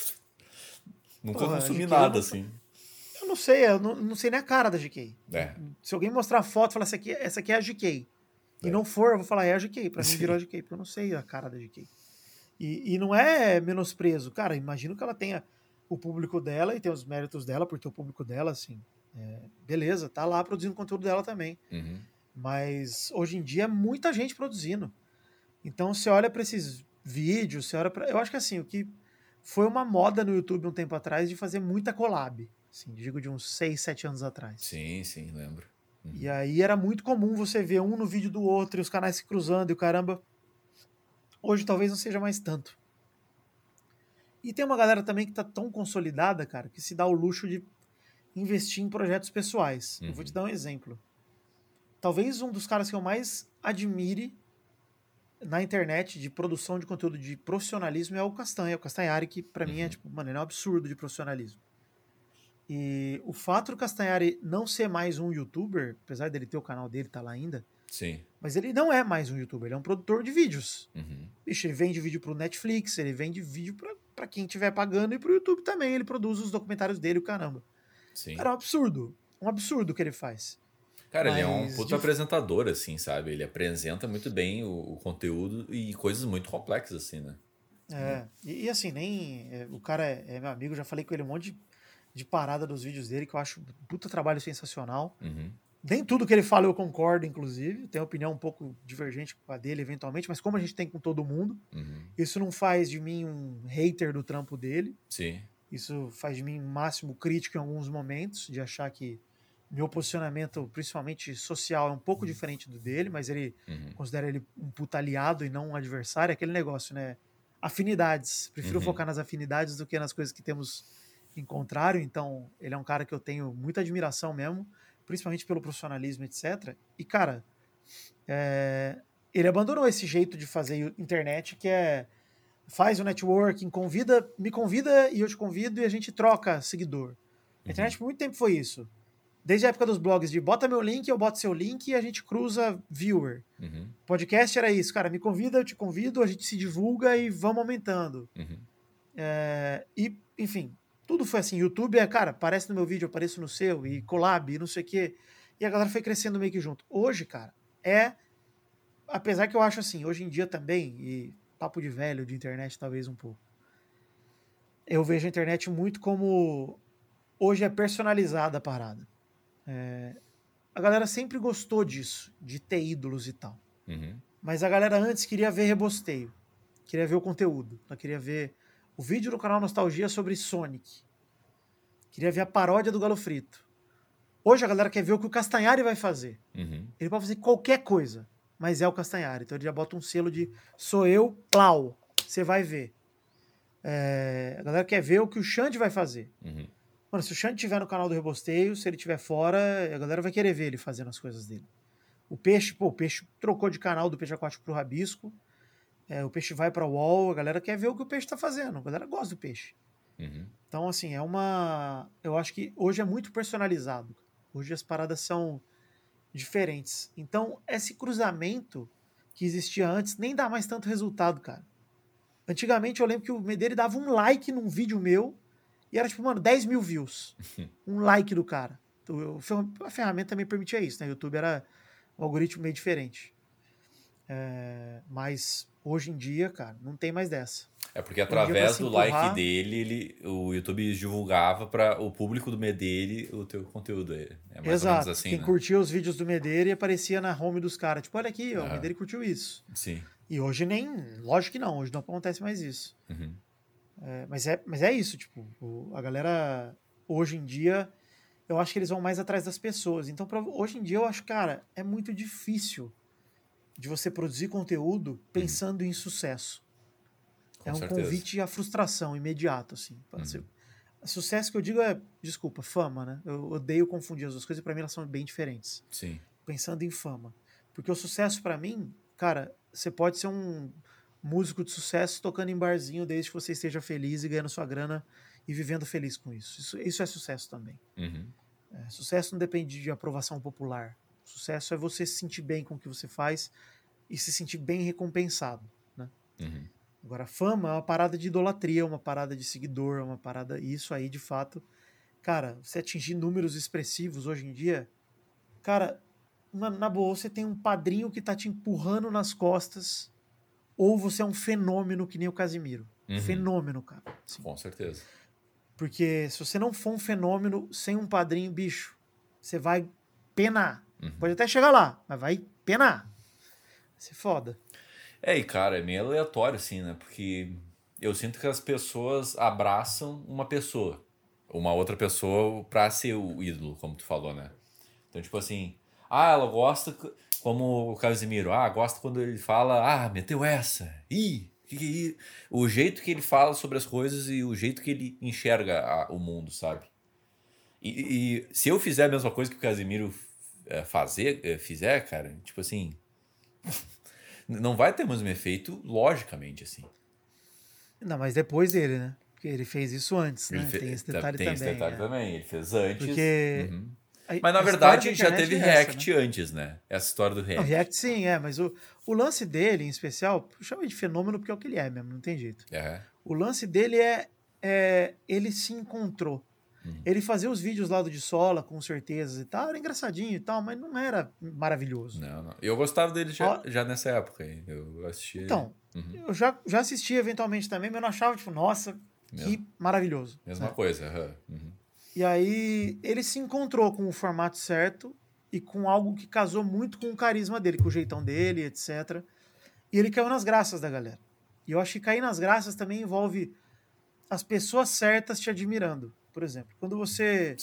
Nunca Porra, a consumi GK nada, assim. eu não sei nem a cara da GK. É. Se alguém mostrar a foto e falar, essa aqui é a GK. E não for, eu vou falar, é a GK. Pra mim virou a GK, porque eu não sei a cara da GK. E não é menosprezo. Cara, imagino que ela tenha o público dela e tem os méritos dela por ter o público dela, assim. Beleza, tá lá produzindo conteúdo dela também. Uhum. Mas hoje em dia é muita gente produzindo. Então você olha pra esses vídeos, você olha pra... Eu acho que assim, o que foi uma moda no YouTube um tempo atrás de fazer muita collab. Assim, digo de uns 6, 7 anos atrás. Sim, sim, lembro. E aí era muito comum você ver um no vídeo do outro e os canais se cruzando e o caramba. Hoje talvez não seja mais tanto. E tem uma galera também que tá tão consolidada, cara, que se dá o luxo de investir em projetos pessoais. Eu vou te dar um exemplo. Talvez um dos caras que eu mais admire na internet de produção de conteúdo de profissionalismo é o Castanha, o Castanhari, que pra mim é tipo, mano, ele é um absurdo de profissionalismo. E o fato do Castanhari não ser mais um youtuber, apesar dele ter o canal dele, tá lá ainda, Sim. mas ele não é mais um youtuber, ele é um produtor de vídeos. Bicho, ele vende vídeo pro Netflix, ele vende vídeo pra quem estiver pagando e pro YouTube também, ele produz os documentários dele, o caramba. Sim. Cara, é um absurdo o que ele faz. Cara, ele é um puto apresentador, assim, sabe? Ele apresenta muito bem o conteúdo e coisas muito complexas, assim, né? E assim, o cara é meu amigo, já falei com ele um monte de parada dos vídeos dele, que eu acho um puta trabalho sensacional. Nem tudo que ele fala eu concordo, inclusive. Tenho opinião um pouco divergente com a dele, eventualmente, mas como a gente tem com todo mundo, isso não faz de mim um hater do trampo dele. Sim. Isso faz de mim um máximo crítico em alguns momentos, de achar que meu posicionamento, principalmente social, é um pouco diferente do dele, mas ele considera ele um puta aliado e não um adversário. É aquele negócio, né? Afinidades. Prefiro focar nas afinidades do que nas coisas que temos em contrário. Então, ele é um cara que eu tenho muita admiração mesmo, principalmente pelo profissionalismo, etc. E, cara, ele abandonou esse jeito de fazer internet que faz o networking, me convida e eu te convido e a gente troca seguidor. A internet por muito tempo foi isso. Desde a época dos blogs de bota meu link, eu boto seu link e a gente cruza viewer. Podcast era isso, cara, me convida, eu te convido, a gente se divulga e vamos aumentando. E, enfim, tudo foi assim. YouTube cara, aparece no meu vídeo, eu apareço no seu, e collab, e não sei o quê. E a galera foi crescendo meio que junto. Hoje, cara, apesar que eu acho assim, hoje em dia também, e papo de velho, de internet talvez um pouco, eu vejo a internet muito como hoje é personalizada a parada. A galera sempre gostou disso, de ter ídolos e tal. Mas a galera antes queria ver rebosteio, queria ver o conteúdo, ela queria ver o vídeo do canal Nostalgia sobre Sonic, queria ver a paródia do Galo Frito. Hoje a galera quer ver o que o Castanhari vai fazer. Ele pode fazer qualquer coisa, mas é o Castanhari. Então ele já bota um selo de sou eu, plau, você vai ver. A galera quer ver o que o Xande vai fazer. Mano, se o Xande estiver no canal do Rebosteio, se ele estiver fora, a galera vai querer ver ele fazendo as coisas dele. O Peixe trocou de canal do Peixe Aquático pro Rabisco. O Peixe vai pra UOL, a galera quer ver o que o Peixe tá fazendo. A galera gosta do Peixe. Então, assim, eu acho que hoje é muito personalizado. Hoje as paradas são diferentes. Então, esse cruzamento que existia antes nem dá mais tanto resultado, cara. Antigamente eu lembro que o Medeiros dava um like num vídeo meu e era tipo, mano, 10 mil views. Um like do cara. Então, a ferramenta também permitia isso, né? O YouTube era um algoritmo meio diferente. Mas hoje em dia, cara, não tem mais dessa. Porque através do like dele, o YouTube divulgava para o público do Medeiros o teu conteúdo. Mais Exato. ou menos assim, quem curtia os vídeos do Medeiros aparecia na home dos caras. Tipo, olha aqui, ó, o Medeiros curtiu isso. Sim. E hoje lógico que não, hoje não acontece mais isso. Mas é isso, tipo, a galera, hoje em dia, eu acho que eles vão mais atrás das pessoas. Então, hoje em dia, eu acho, cara, é muito difícil de você produzir conteúdo pensando em sucesso. Com um certeza. Convite à frustração imediato, assim. Sucesso que eu digo desculpa, fama, né? Eu odeio confundir as duas coisas, e pra mim elas são bem diferentes. Sim. Pensando em fama. Porque o sucesso, pra mim, cara, você pode ser um músico de sucesso tocando em barzinho desde que você esteja feliz e ganhando sua grana e vivendo feliz com isso. Isso é sucesso também. Sucesso não depende de aprovação popular. Sucesso é você se sentir bem com o que você faz e se sentir bem recompensado, né? Agora, fama é uma parada de idolatria, uma parada de seguidor, uma parada... E isso aí, de fato... Cara, você atingir números expressivos hoje em dia... Cara, na boa, você tem um padrinho que tá te empurrando nas costas, ou você é um fenômeno que nem o Casimiro. Fenômeno, cara. Sim. Com certeza. Porque se você não for um fenômeno sem um padrinho, bicho, você vai penar. Pode até chegar lá, mas vai penar. Vai ser foda. E cara, é meio aleatório assim, né? Porque eu sinto que as pessoas abraçam uma pessoa, uma outra pessoa pra ser o ídolo, como tu falou, né? Então, tipo assim, ela gosta, como o Casimiro, gosta quando ele fala, meteu essa, que o jeito que ele fala sobre as coisas e o jeito que ele enxerga o mundo, sabe? E se eu fizer a mesma coisa que o Casimiro fizer, cara, tipo assim, não vai ter o mesmo efeito, logicamente, assim. Não, mas depois dele, né? Porque ele fez isso antes, né? Tem esse detalhe também, ele fez antes. Porque... Mas na verdade já teve React, né? Antes, né? Essa história do React. O React sim, mas o lance dele, em especial, eu chamo de fenômeno porque é o que ele é mesmo, não tem jeito. O lance dele ele se encontrou. Ele fazia os vídeos lá do de Sola, com certezas e tal, era engraçadinho e tal, mas não era maravilhoso. Não. Eu gostava dele já nessa época. Eu assistia. Então, eu já assisti eventualmente também, mas eu não achava, tipo, nossa, que maravilhoso. Mesma coisa. E aí ele se encontrou com o formato certo e com algo que casou muito com o carisma dele, com o jeitão dele, etc. E ele caiu nas graças da galera. E eu acho que cair nas graças também envolve as pessoas certas te admirando. Por exemplo, quando você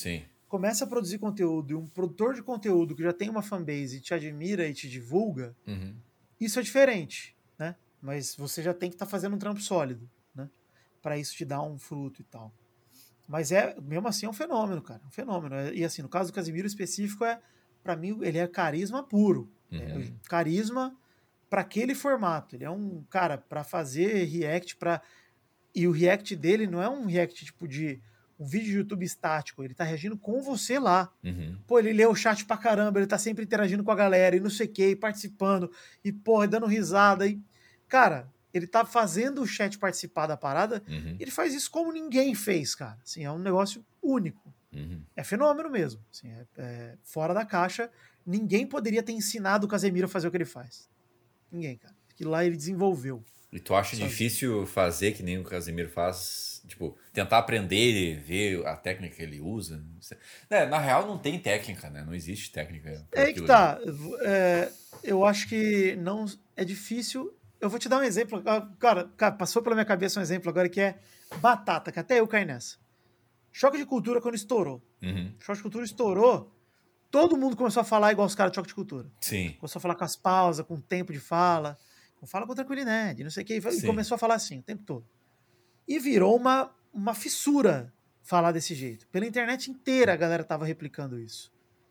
começa a produzir conteúdo e um produtor de conteúdo que já tem uma fanbase e te admira e te divulga, isso é diferente, né? Mas você já tem que estar fazendo um trampo sólido, né? Para isso te dar um fruto e tal. Mas mesmo assim é um fenômeno, cara. É um fenômeno. E assim, no caso do Casimiro específico, para mim, ele é carisma puro. É carisma para aquele formato. Ele é um cara para fazer react, e o react dele não é um react tipo de um vídeo de YouTube estático. Ele tá reagindo com você lá. Pô, ele lê o chat pra caramba, ele tá sempre interagindo com a galera e não sei o que, participando, e porra, dando risada. E, cara, ele tá fazendo o chat participar da parada, e ele faz isso como ninguém fez, cara. Assim, é um negócio único. É fenômeno mesmo. Assim, fora da caixa. Ninguém poderia ter ensinado o Casemiro a fazer o que ele faz. Ninguém, cara. Aquilo lá ele desenvolveu. E tu acha difícil fazer que nem o Casemiro faz? Tipo, tentar aprender e ver a técnica que ele usa? Na real, não tem técnica, né? Não existe técnica. É aí que tá. Eu acho que não é difícil. Eu vou te dar um exemplo. Cara, passou pela minha cabeça um exemplo agora que é batata, que até eu caí nessa. Choque de Cultura quando estourou. Choque de Cultura estourou, todo mundo começou a falar igual os caras de Choque de Cultura. Sim. Começou a falar com as pausas, com o tempo de fala. Fala com tranquilidade, não sei o que. E começou a falar assim o tempo todo. E virou uma fissura falar desse jeito. Pela internet inteira a galera tava replicando isso.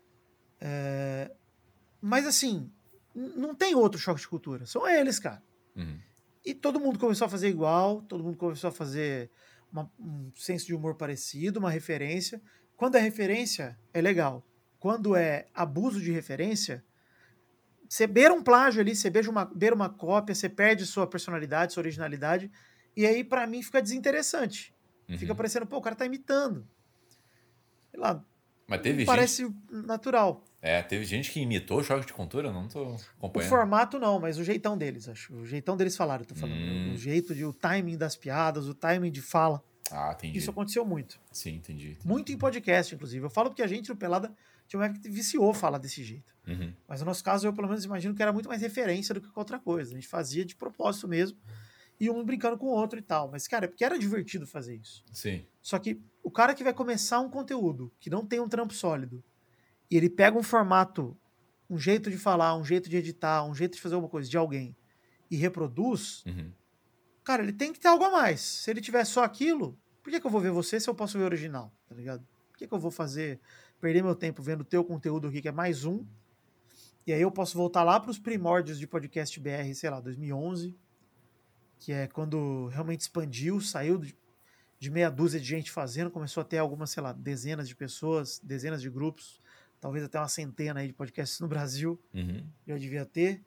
Mas assim, não tem outro Choque de Cultura. São eles, cara. E todo mundo começou a fazer igual, todo mundo começou a fazer um senso de humor parecido, uma referência. Quando é referência, é legal. Quando é abuso de referência, você beira um plágio ali, você beira uma cópia, você perde sua personalidade, sua originalidade, e aí pra mim fica desinteressante. Fica parecendo, pô, o cara tá imitando. Sei lá, mas teve parece natural. Teve gente que imitou o Choque de Cultura, não tô acompanhando. O formato não, mas o jeitão deles, acho. O jeitão deles falaram, eu tô falando. O jeito o timing das piadas, o timing de fala. Entendi. Isso aconteceu muito. Sim, entendi. Muito em podcast, inclusive. Eu falo porque a gente no Pelada tinha uma época que viciou falar desse jeito. Mas no nosso caso, eu pelo menos imagino que era muito mais referência do que outra coisa. A gente fazia de propósito mesmo, e um brincando com o outro e tal. Mas, cara, é porque era divertido fazer isso. Sim. Só que o cara que vai começar um conteúdo que não tem um trampo sólido, e ele pega um formato, um jeito de falar, um jeito de editar, um jeito de fazer alguma coisa de alguém, e reproduz, cara, ele tem que ter algo a mais. Se ele tiver só aquilo, por que eu vou ver você se eu posso ver o original? Tá ligado? Por que eu vou perder meu tempo vendo o teu conteúdo aqui, que é mais um, e aí eu posso voltar lá para os primórdios de podcast BR, sei lá, 2011, que é quando realmente expandiu, saiu de meia dúzia de gente fazendo, começou a ter algumas, sei lá, dezenas de pessoas, dezenas de grupos, talvez até uma centena aí de podcasts no Brasil, já devia ter.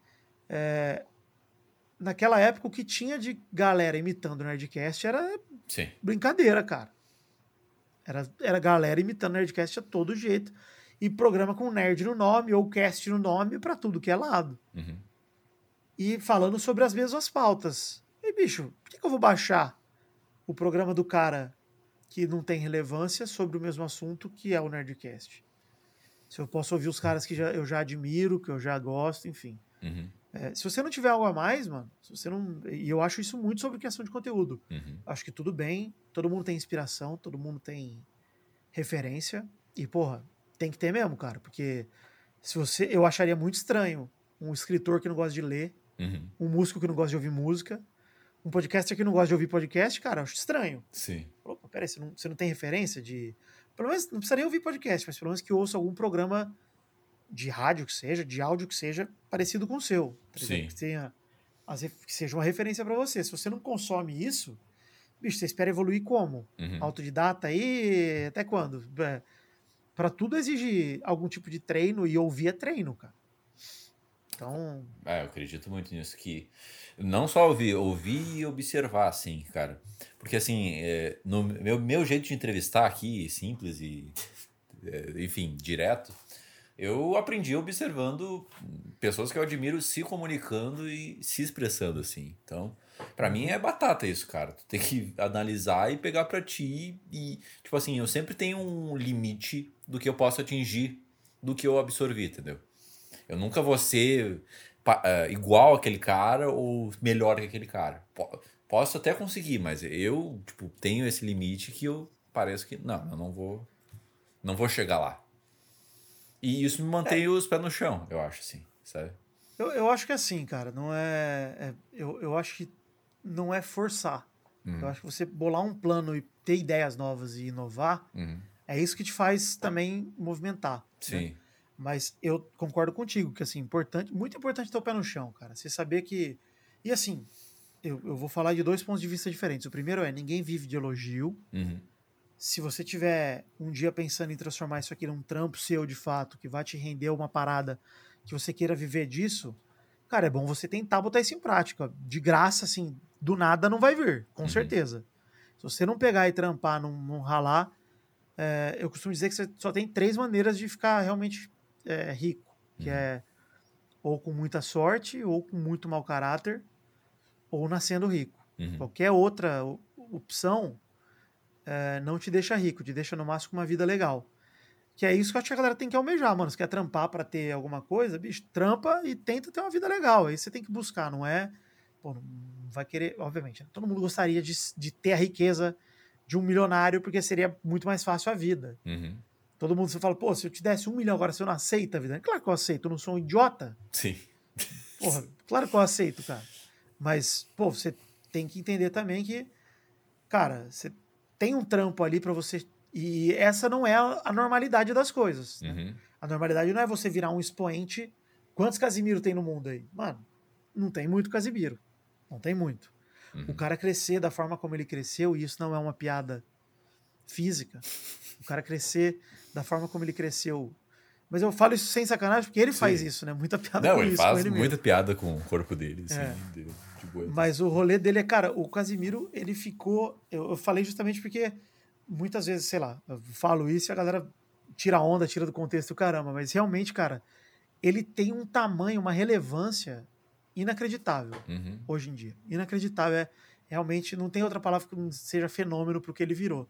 Naquela época, o que tinha de galera imitando o Nerdcast era brincadeira, cara. Era galera imitando o Nerdcast a todo jeito. E programa com nerd no nome, ou cast no nome, pra tudo que é lado. E falando sobre as mesmas pautas. E, bicho, por que eu vou baixar o programa do cara que não tem relevância sobre o mesmo assunto que é o Nerdcast? Se eu posso ouvir os caras que eu já admiro, que eu já gosto, enfim. Se você não tiver algo a mais, mano, se você não. E eu acho isso muito sobre questão de conteúdo. Acho que tudo bem, todo mundo tem inspiração, todo mundo tem referência. E, porra, tem que ter mesmo, cara. Porque eu acharia muito estranho um escritor que não gosta de ler, um músico que não gosta de ouvir música, um podcaster que não gosta de ouvir podcast, cara, eu acho estranho. Sim. Opa, peraí, você não tem referência de. Pelo menos, não precisa nem ouvir podcast, mas pelo menos que ouça algum programa de rádio que seja, de áudio que seja parecido com o seu. Sim. Que seja uma referência para você. Se você não consome isso, bicho, você espera evoluir como? Autodidata aí, até quando? Para tudo exige algum tipo de treino, e ouvir é treino, cara. Então... eu acredito muito nisso, que não só ouvir e observar, assim, cara. Porque, assim, no meu jeito de entrevistar aqui, simples e, enfim, direto, eu aprendi observando pessoas que eu admiro se comunicando e se expressando, assim. Então, pra mim é batata isso, cara. Tu tem que analisar e pegar pra ti e, tipo assim, eu sempre tenho um limite do que eu posso atingir, do que eu absorvi, entendeu? Eu nunca vou ser igual aquele cara ou melhor que aquele cara. Posso até conseguir, mas eu, tipo, tenho esse limite que eu pareço que... Não, eu não vou Não vou chegar lá. E isso me mantém os pés no chão, eu acho, assim, sabe? Eu acho que é assim, cara, não eu acho que não é forçar. Eu acho que você bolar um plano e ter ideias novas e inovar, é isso que te faz também movimentar. Sim. Né? Mas eu concordo contigo que, assim, muito importante ter o pé no chão, cara. Você saber que... E assim, eu vou falar de 2 pontos de vista diferentes. O primeiro é, ninguém vive de elogio. Se você tiver um dia pensando em transformar isso aqui num trampo seu de fato, que vai te render uma parada que você queira viver disso, cara, é bom você tentar botar isso em prática. De graça, assim, do nada não vai vir, com certeza. Se você não pegar e trampar, não ralar, eu costumo dizer que você só tem 3 maneiras de ficar realmente rico, que é ou com muita sorte, ou com muito mau caráter, ou nascendo rico. Qualquer outra opção não te deixa rico, te deixa no máximo com uma vida legal. Que é isso que eu acho que a galera tem que almejar, mano. Se quer trampar pra ter alguma coisa, bicho, trampa e tenta ter uma vida legal. Aí você tem que buscar, não é... Pô, não vai querer... Obviamente, todo mundo gostaria de ter a riqueza de um milionário, porque seria muito mais fácil a vida. Todo mundo você fala, pô, se eu te desse 1 milhão agora, você não aceita a vida? Claro que eu aceito, eu não sou um idiota. Sim. Porra, claro que eu aceito, cara. Mas, pô, você tem que entender também que, cara, você tem um trampo ali pra você... E essa não é a normalidade das coisas. Né? A normalidade não é você virar um expoente. Quantos Casimiro tem no mundo aí? Mano, não tem muito Casimiro. Não tem muito. O cara crescer da forma como ele cresceu, e isso não é uma piada física. O cara crescer da forma como ele cresceu. Mas eu falo isso sem sacanagem, porque ele faz isso, né? Muita piada não, com ele isso. faz Com ele muita mesmo. piada com o corpo dele, assim, de boa. Mas o rolê dele é, cara, o Casimiro, ele ficou... Eu falei justamente porque muitas vezes, sei lá, eu falo isso e a galera tira onda, tira do contexto, caramba, mas realmente, cara, ele tem um tamanho, uma relevância inacreditável hoje em dia. Inacreditável. Realmente, não tem outra palavra que não seja fenômeno pro que ele virou.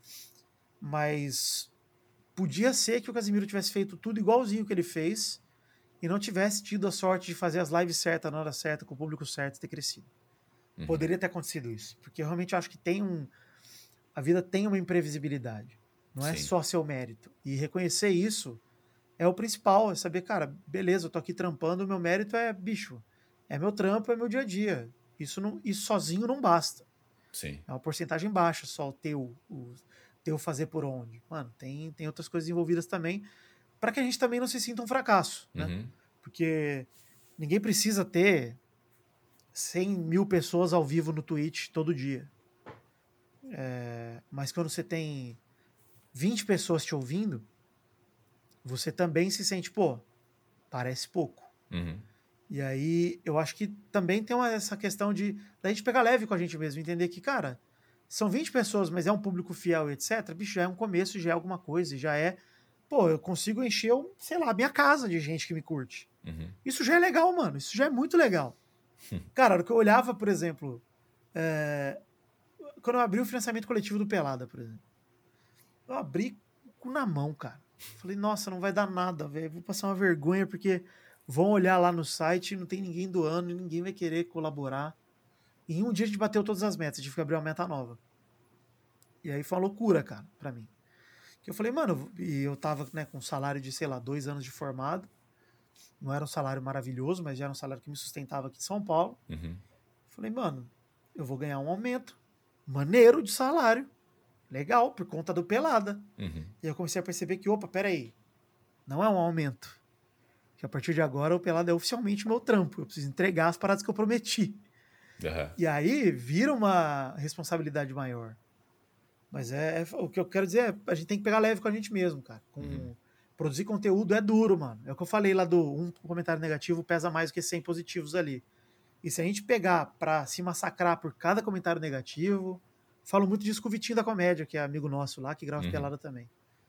Mas podia ser que o Casimiro tivesse feito tudo igualzinho que ele fez e não tivesse tido a sorte de fazer as lives certas na hora certa, com o público certo e ter crescido. Poderia ter acontecido isso. Porque eu realmente acho que a vida tem uma imprevisibilidade. Não é só seu mérito. E reconhecer isso é o principal. É saber, cara, beleza, eu tô aqui trampando, o meu mérito é, bicho, é meu trampo, é meu dia a dia. Isso sozinho não basta. Sim. É uma porcentagem baixa só o teu fazer por onde. Mano, tem outras coisas envolvidas também, para que a gente também não se sinta um fracasso, né? Porque ninguém precisa ter 100 mil pessoas ao vivo no Twitch todo dia. Mas quando você tem 20 pessoas te ouvindo, você também se sente, pô, parece pouco. E aí eu acho que também tem essa questão da gente pegar leve com a gente mesmo, entender que, cara, são 20 pessoas, mas é um público fiel e etc. Bicho, já é um começo, já é alguma coisa, já é... Pô, eu consigo encher, sei lá, a minha casa de gente que me curte. Isso já é legal, mano. Isso já é muito legal. Cara, a hora que eu olhava, por exemplo... Quando eu abri o financiamento coletivo do Pelada, por exemplo. Eu abri na mão, cara. Falei, nossa, não vai dar nada, velho. Vou passar uma vergonha, porque vão olhar lá no site, não tem ninguém doando, e ninguém vai querer colaborar. E em um dia a gente bateu todas as metas, a gente foi abrir uma meta nova. E aí foi uma loucura, cara, pra mim. Que eu falei, mano, e eu tava, né, com um salário de, sei lá, 2 anos de formado. Não era um salário maravilhoso, mas já era um salário que me sustentava aqui em São Paulo. Falei, mano, eu vou ganhar um aumento maneiro de salário. Legal, por conta do Pelada. E eu comecei a perceber que, opa, peraí, não é um aumento. Que a partir de agora o Pelada é oficialmente meu trampo. Eu preciso entregar as paradas que eu prometi. E aí vira uma responsabilidade maior. Mas o que eu quero dizer é, a gente tem que pegar leve com a gente mesmo, cara. Produzir conteúdo é duro, mano. É o que eu falei lá um comentário negativo pesa mais do que 100 positivos ali. E se a gente pegar pra se massacrar por cada comentário negativo... Falo muito disso com o Vitinho da Comédia, que é amigo nosso lá, que grava Pelada também.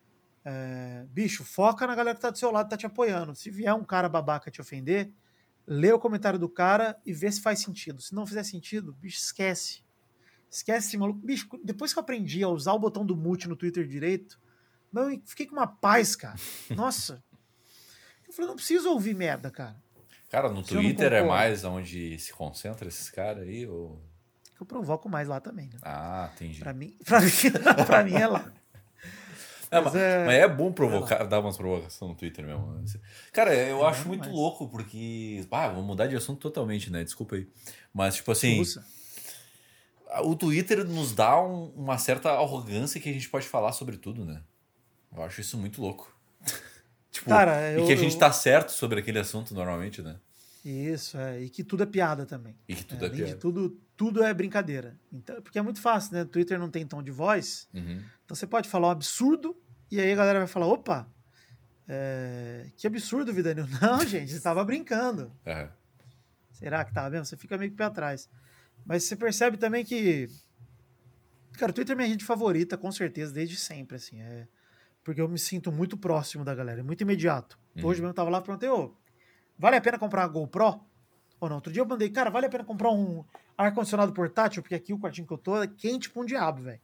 Bicho, foca na galera que tá do seu lado, tá te apoiando. Se vier um cara babaca te ofender, lê o comentário do cara e vê se faz sentido. Se não fizer sentido, bicho, esquece. Esquece esse maluco. Bicho, depois que eu aprendi a usar o botão do mute no Twitter direito, eu fiquei com uma paz, cara. Nossa. Eu falei, não preciso ouvir merda, cara. Cara, no Twitter é mais onde se concentra esses caras aí, ou... Que eu provoco mais lá também, né? Ah, entendi. Pra mim é lá. Mas é bom provocar, dar umas provocações no Twitter mesmo. Cara, eu acho muito louco, porque... vamos mudar de assunto totalmente, né? Desculpa aí. Mas, tipo assim... O Twitter nos dá uma certa arrogância que a gente pode falar sobre tudo, né? Eu acho isso muito louco. Tipo, cara, e que a gente tá certo sobre aquele assunto normalmente, né? Isso, e que tudo é piada também. E que tudo é piada. De tudo é brincadeira. Então, porque é muito fácil, né? O Twitter não tem tom de voz. Então você pode falar um absurdo e aí a galera vai falar, opa, que absurdo, Vidanil. Não, gente, você tava brincando. Será que tava mesmo? Você fica meio que pé atrás. Mas você percebe também que... Cara, o Twitter é minha rede favorita, com certeza, desde sempre, assim. Porque eu me sinto muito próximo da galera, é muito imediato. Hoje mesmo eu tava lá e perguntei, vale a pena comprar uma GoPro? Ou não? Outro dia eu mandei, cara, vale a pena comprar um ar-condicionado portátil? Porque aqui o quartinho que eu tô é quente pra um diabo, velho.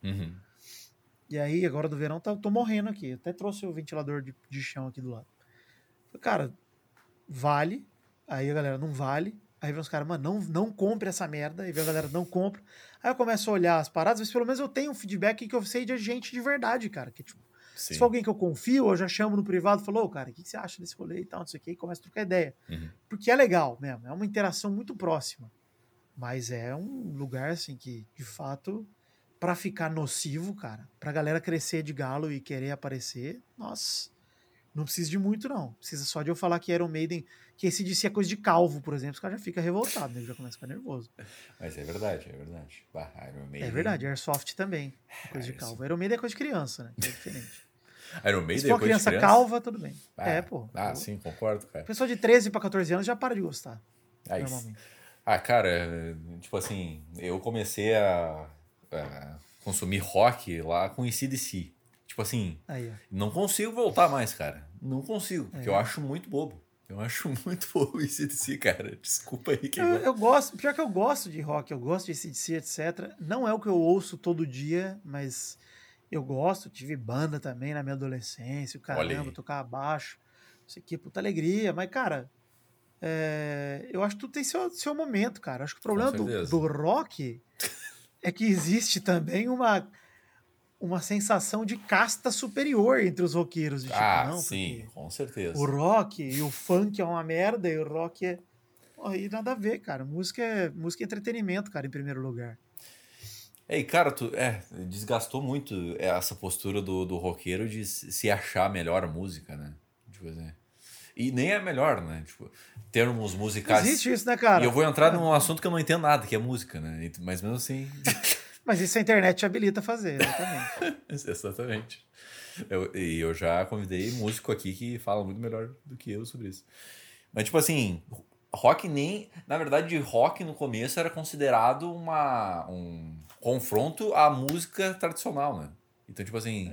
E aí, agora do verão, tô morrendo aqui. Até trouxe o ventilador de chão aqui do lado. Falei, cara, vale. Aí a galera, não vale. Aí vem os caras, mano, não compre essa merda. Aí vem a galera, não compra. Aí eu começo a olhar as paradas, mas pelo menos eu tenho um feedback que eu sei de gente de verdade, cara. Que tipo, se for alguém que eu confio, eu já chamo no privado e falo, cara, o que você acha desse rolê e tal, não sei o que, e começo a trocar ideia. Porque é legal mesmo, é uma interação muito próxima. Mas é um lugar, assim, que, de fato, pra ficar nocivo, cara, pra galera crescer de galo e querer aparecer, nossa, não precisa de muito, não. Precisa só de eu falar que Iron Maiden, que esse de ser coisa de calvo, por exemplo, os caras já ficam revoltados, né? Já começa a ficar nervoso. Mas é verdade, é verdade. Iron Maiden... É verdade, Airsoft também é coisa de calvo. Iron Maiden é coisa de criança, né? Que é diferente. Iron Maiden se for uma criança calva, tudo bem. Pô. Sim, concordo, cara. Pessoa de 13 pra 14 anos já para de gostar. Normalmente. Cara, tipo assim, eu comecei a consumir rock lá com AC/DC. Tipo assim, não consigo voltar mais, cara. Não consigo, porque eu acho muito bobo. Eu acho muito bobo o AC/DC, cara. Desculpa aí. Eu gosto, pior que eu gosto de rock, eu gosto de AC/DC, etc. Não é o que eu ouço todo dia, mas eu gosto. Tive banda também na minha adolescência, o caramba, tocava baixo. Isso aqui, puta alegria. Mas, cara, eu acho que tudo tem seu momento, cara. Acho que o problema do rock é que existe também uma sensação de casta superior entre os roqueiros. De tipo, não, sim, com certeza. O rock e o funk é uma merda e o rock é... E nada a ver, cara. Música é entretenimento, cara, em primeiro lugar. E, cara, desgastou muito essa postura do roqueiro de se achar melhor a música, né? Tipo assim... E nem é melhor, né? Tipo, termos musicais... Existe isso, né, cara? E eu vou entrar num assunto que eu não entendo nada, que é música, né? Mas mesmo assim... Mas isso a internet te habilita a fazer, exatamente. Exatamente. Eu já convidei músico aqui que fala muito melhor do que eu sobre isso. Mas, tipo assim, rock nem... Na verdade, rock no começo era considerado um confronto à música tradicional, né? Então, tipo assim...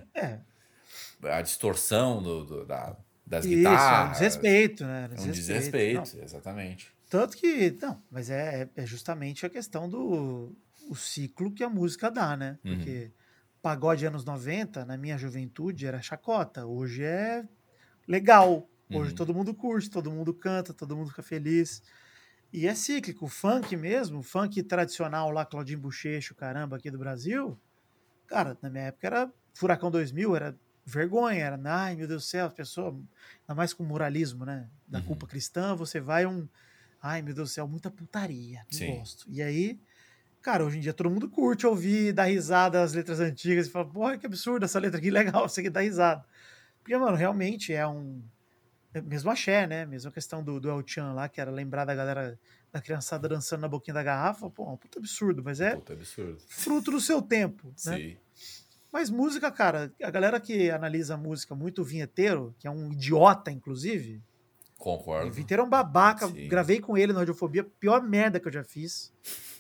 A distorção das guitarras... É um desrespeito, né? Um desrespeito, exatamente. Tanto que... Não, mas é justamente a questão o ciclo que a música dá, né? Porque pagode anos 90, na minha juventude, era chacota. Hoje é legal. Hoje todo mundo curte, todo mundo canta, todo mundo fica feliz. E é cíclico. O funk mesmo, o funk tradicional lá, Claudinho Buchecho, caramba, aqui do Brasil, cara, na minha época era Furacão 2000, era vergonha, era, ai meu Deus do céu, a pessoa, ainda mais com moralismo, né? Da culpa cristã, você vai ai meu Deus do céu, muita putaria, não gosto. E aí... Cara, hoje em dia todo mundo curte ouvir, dar risada às letras antigas e fala, porra, que absurdo essa letra aqui, legal, você que dá risada. Porque, mano, realmente é mesmo axé, né? Mesmo a questão do El Chan lá, que era lembrar da galera, da criançada dançando na boquinha da garrafa, pô, um puta absurdo, mas é fruto do seu tempo, né? Sim. Mas música, cara, a galera que analisa a música muito vinheteiro, que é um idiota, inclusive... Concordo. O vinheteiro é um babaca, gravei com ele na Radiofobia, pior merda que eu já fiz.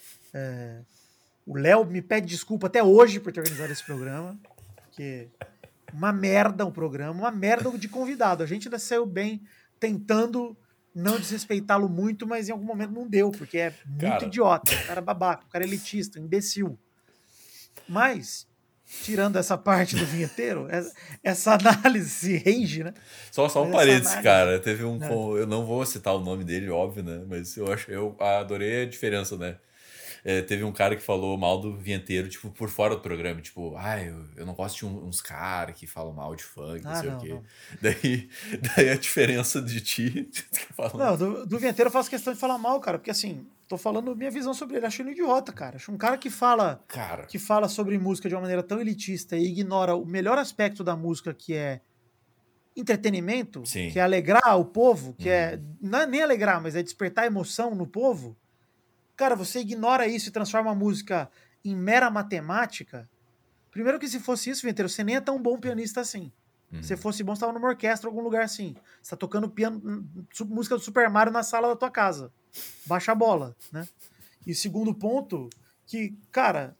O Léo me pede desculpa até hoje por ter organizado esse programa, porque uma merda o programa, uma merda de convidado. A gente ainda saiu bem tentando não desrespeitá-lo muito, mas em algum momento não deu, porque é muito idiota, um cara babaca, um cara elitista, um imbecil. Mas, tirando essa parte do vinheteiro, essa análise, esse range, né? Só um parênteses, cara. Teve eu não vou citar o nome dele, óbvio, né? Mas eu adorei a diferença, né? Teve um cara que falou mal do vinheteiro, tipo, por fora do programa. Tipo, eu não gosto de uns caras que falam mal de funk, não sei o quê. Não. Daí a diferença de ti... Não, do vinheteiro eu faço questão de falar mal, cara, porque assim, tô falando minha visão sobre ele. Acho ele um idiota, cara. Acho um cara que fala sobre música de uma maneira tão elitista e ignora o melhor aspecto da música, que é entretenimento, Sim. que é alegrar o povo, que não é nem alegrar, mas é despertar emoção no povo. Cara, você ignora isso e transforma a música em mera matemática. Primeiro que se fosse isso, vinheteiro, você nem é tão bom pianista assim. Se fosse bom, você estava numa orquestra em algum lugar assim. Você tá tocando piano, música do Super Mario na sala da tua casa. Baixa a bola, né? E segundo ponto, que, cara,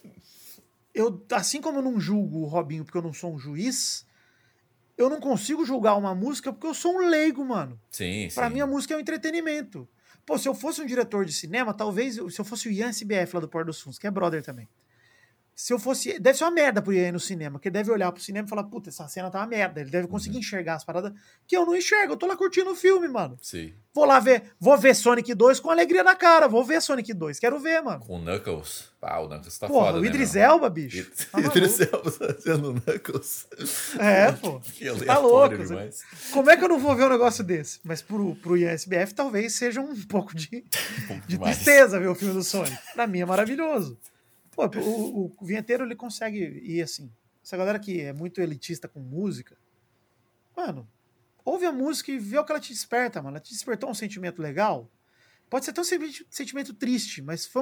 assim como eu não julgo o Robinho porque eu não sou um juiz, eu não consigo julgar uma música porque eu sou um leigo, mano. Sim, Pra sim. mim, a música é um entretenimento. Pô, se eu fosse um diretor de cinema, talvez, se eu fosse o Ian SBF lá do Porto dos Fundos, que é brother também. Se eu fosse. Deve ser uma merda pro Ian ir no cinema, porque ele deve olhar pro cinema e falar, puta, essa cena tá uma merda. Ele deve conseguir enxergar as paradas que eu não enxergo. Eu tô lá curtindo o filme, mano. Sim. Vou ver Sonic 2 com alegria na cara. Vou ver Sonic 2. Quero ver, mano. Com o Knuckles. O Knuckles tá Porra, foda, o né, Idris meu? Elba, bicho. Idris Elba fazendo o Knuckles. Pô. Que Tá louco. demais. Como é que eu não vou ver um negócio desse? Mas pro Ian SBF talvez seja um pouco de tristeza ver o filme do Sonic. Pra mim é maravilhoso. Pô, o vinheteiro, ele consegue ir assim. Essa galera que é muito elitista com música, mano, ouve a música e vê o que ela te desperta, mano. Ela te despertou um sentimento legal. Pode ser até um sentimento triste, mas foi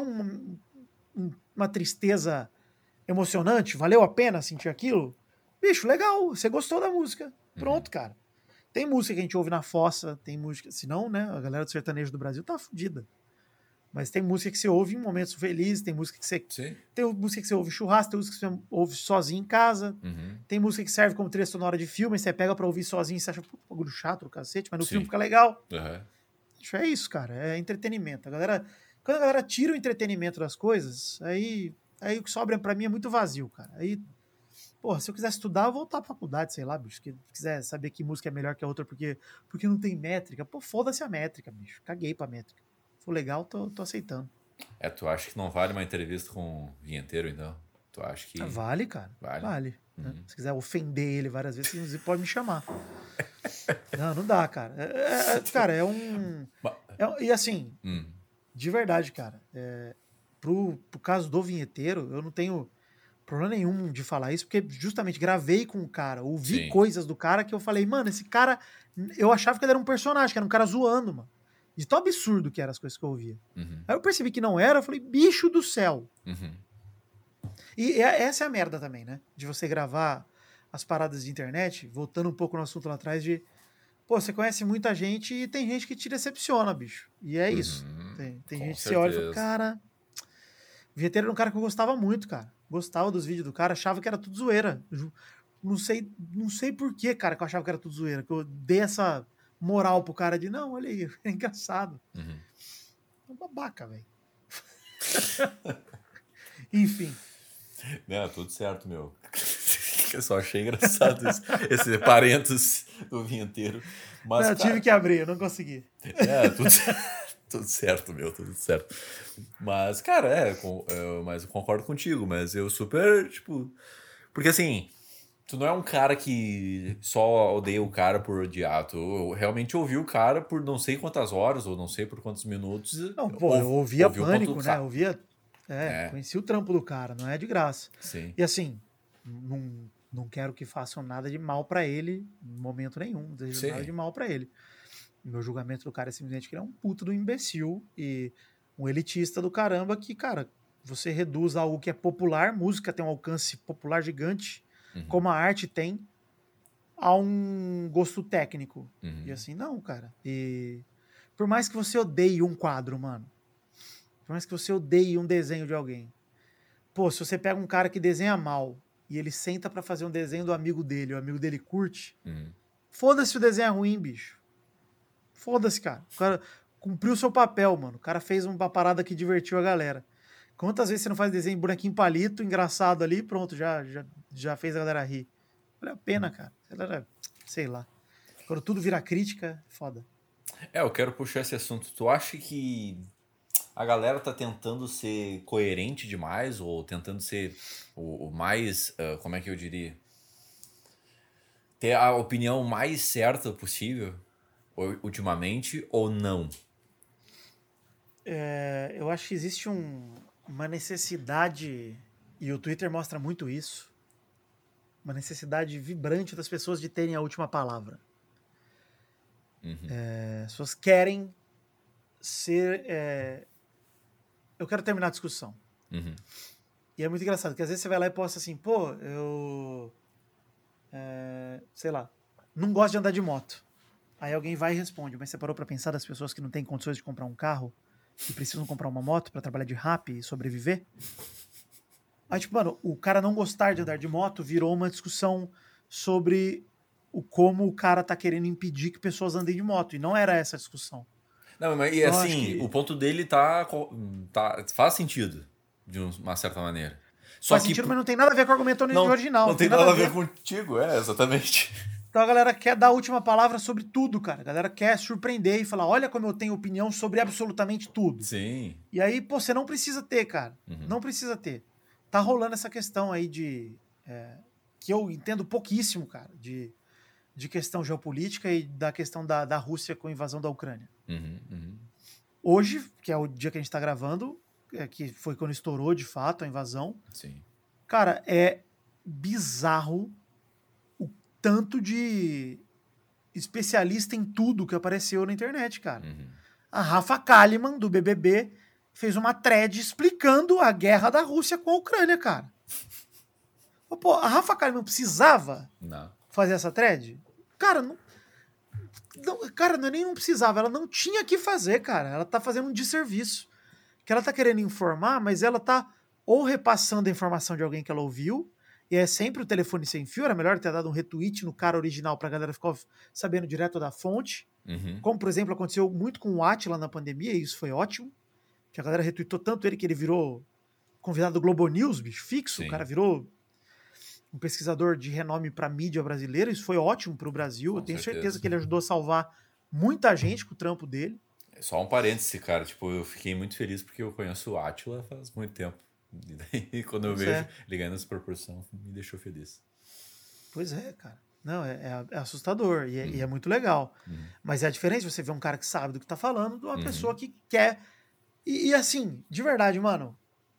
uma tristeza emocionante. Valeu a pena sentir aquilo? Bicho, legal. Você gostou da música. Pronto, cara. Tem música que a gente ouve na fossa, tem música... Senão, né, a galera do sertanejo do Brasil tá fodida. Mas tem música que você ouve em momentos felizes, tem música que você... Sim. Tem música que você ouve em churrasco, tem música que você ouve sozinho em casa, tem música que serve como trilha sonora de filme, você pega pra ouvir sozinho e você acha um bagulho chato do cacete, mas no filme fica legal. É isso, cara, é entretenimento. Quando a galera tira o entretenimento das coisas, aí o que sobra pra mim é muito vazio, cara. Aí, porra, se eu quiser estudar, eu vou voltar pra faculdade, sei lá, bicho. Se quiser saber que música é melhor que a outra porque não tem métrica, pô, foda-se a métrica, bicho. Caguei pra métrica. Se for legal, tô aceitando. Tu acha que não vale uma entrevista com o vinheteiro, então? Tu acha que... Vale, cara. Vale. Né? Se quiser ofender ele várias vezes, você pode me chamar. Não dá, cara. Cara, e assim, de verdade, cara, pro caso do vinheteiro, eu não tenho problema nenhum de falar isso, porque justamente gravei com o cara, ouvi coisas do cara que eu falei, mano, esse cara, eu achava que ele era um personagem, que era um cara zoando, mano. De tão absurdo que eram as coisas que eu ouvia. Aí eu percebi que não era, eu falei, bicho do céu. E essa é a merda também, né? De você gravar as paradas de internet, voltando um pouco no assunto lá atrás, pô, você conhece muita gente e tem gente que te decepciona, bicho. E é isso. Tem gente que você olha e fala, cara... O vinheteiro era um cara que eu gostava muito, cara. Gostava dos vídeos do cara, achava que era tudo zoeira. Não sei por que, cara, que eu achava que era tudo zoeira. Que eu dei essa moral pro cara de, não, olha aí, é engraçado. É um babaca, velho. Enfim. Não, tudo certo, meu. Eu só achei engraçado esse parênteses do vinheteiro. Mas, eu tive que abrir, eu não consegui. Tudo certo, meu, tudo certo. Mas, cara, mas eu concordo contigo, mas eu super, tipo... Porque, assim, tu não é um cara que só odeia o cara por odiar. Tu realmente ouviu o cara por não sei quantas horas, ou não sei por quantos minutos. Não, pô, eu ouvia Pânico, né? Conheci o trampo do cara, não é de graça. Sim. E, assim, não quero que façam nada de mal pra ele, em momento nenhum. Não desejo nada de mal pra ele. Meu julgamento do cara é simplesmente que ele é um puto do imbecil e um elitista do caramba que, cara, você reduz algo que é popular, música tem um alcance popular gigante, como a arte tem, a um gosto técnico. E assim, não, cara. E por mais que você odeie um quadro, mano, por mais que você odeie um desenho de alguém, pô, se você pega um cara que desenha mal e ele senta pra fazer um desenho do amigo dele, o amigo dele curte, foda-se o desenho é ruim, bicho. Foda-se, cara. O cara cumpriu o seu papel, mano. O cara fez uma parada que divertiu a galera. Quantas vezes você não faz desenho bonequinho palito, engraçado ali, pronto, já fez a galera rir. Vale a pena, cara. Sei lá. Quando tudo vira crítica, foda. Eu quero puxar esse assunto. Tu acha que a galera tá tentando ser coerente demais ou tentando ser o mais, como é que eu diria? Ter a opinião mais certa possível ultimamente ou não? Eu acho que existe uma necessidade, e o Twitter mostra muito isso, uma necessidade vibrante das pessoas de terem a última palavra. As pessoas querem ser. Eu quero terminar a discussão. E é muito engraçado, porque às vezes você vai lá e posta assim, pô, eu. Sei lá, não gosto de andar de moto. Aí alguém vai e responde, mas você parou pra pensar das pessoas que não têm condições de comprar um carro e precisam comprar uma moto pra trabalhar de rap e sobreviver? Aí, tipo, mano, o cara não gostar de andar de moto virou uma discussão sobre como o cara tá querendo impedir que pessoas andem de moto. E não era essa a discussão. Não, mas e Então, eu acho assim, o que ponto dele faz sentido, de uma certa maneira. Só faz que sentido, mas não tem nada a ver com o argumento original. não tem nada a ver contigo, exatamente. Então a galera quer dar a última palavra sobre tudo, cara. A galera quer surpreender e falar, olha como eu tenho opinião sobre absolutamente tudo. Sim. E aí, pô, você não precisa ter, cara. Não precisa ter. Tá rolando essa questão aí que eu entendo pouquíssimo, cara, de questão geopolítica e da questão da Rússia com a invasão da Ucrânia. Hoje, que é o dia que a gente tá gravando, que foi quando estourou de fato a invasão. Sim. Cara, é bizarro o tanto de especialista em tudo que apareceu na internet, cara. A Rafa Kalimann, do BBB, fez uma thread explicando a guerra da Rússia com a Ucrânia, cara. Pô, a Rafa Kalimann precisava fazer essa thread? Cara, não é nem não precisava, ela não tinha que fazer, cara. Ela tá fazendo um desserviço. Que ela tá querendo informar, mas ela tá ou repassando a informação de alguém que ela ouviu, e é sempre o telefone sem fio, era melhor ter dado um retweet no cara original pra galera ficar sabendo direto da fonte. Como, por exemplo, aconteceu muito com o Átila na pandemia, e isso foi ótimo, que a galera retweetou tanto ele que ele virou convidado do Globo News, bicho, fixo. Sim. O cara virou um pesquisador de renome pra mídia brasileira, isso foi ótimo pro Brasil. Com Eu tenho certeza que ele ajudou a salvar muita gente com o trampo dele. Só um parêntese, cara, tipo, eu fiquei muito feliz porque eu conheço o Átila faz muito tempo. E daí, quando eu vejo ele ganhando essa proporção, me deixou feliz. Pois é, cara. Não, é assustador e é muito legal. Mas é a diferença você ver um cara que sabe do que tá falando de uma pessoa que quer. E assim, de verdade, mano,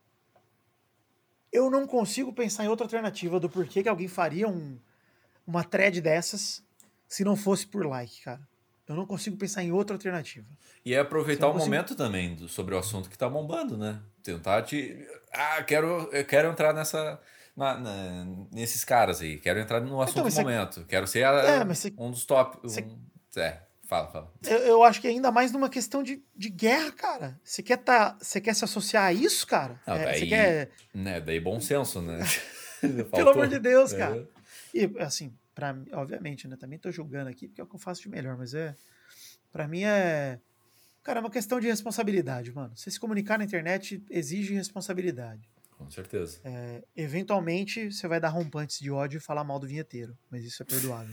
eu não consigo pensar em outra alternativa do porquê que alguém faria uma thread dessas se não fosse por like, cara. Eu não consigo pensar em outra alternativa. E é aproveitar o momento também sobre o assunto que tá bombando, né? Tentar eu quero entrar nesses caras aí. Quero entrar no assunto do momento. Quero ser um dos top. Fala. Eu acho que ainda mais numa questão de guerra, cara. Você quer se associar a isso, cara? Não, você quer... Daí bom senso, né? Pelo amor de Deus, cara. E assim, obviamente, né? Também tô julgando aqui porque é o que eu faço de melhor, mas pra mim cara, é uma questão de responsabilidade, mano. Você se comunicar na internet exige responsabilidade. Com certeza. Eventualmente, você vai dar rompantes de ódio e falar mal do vinheteiro, mas isso é perdoável.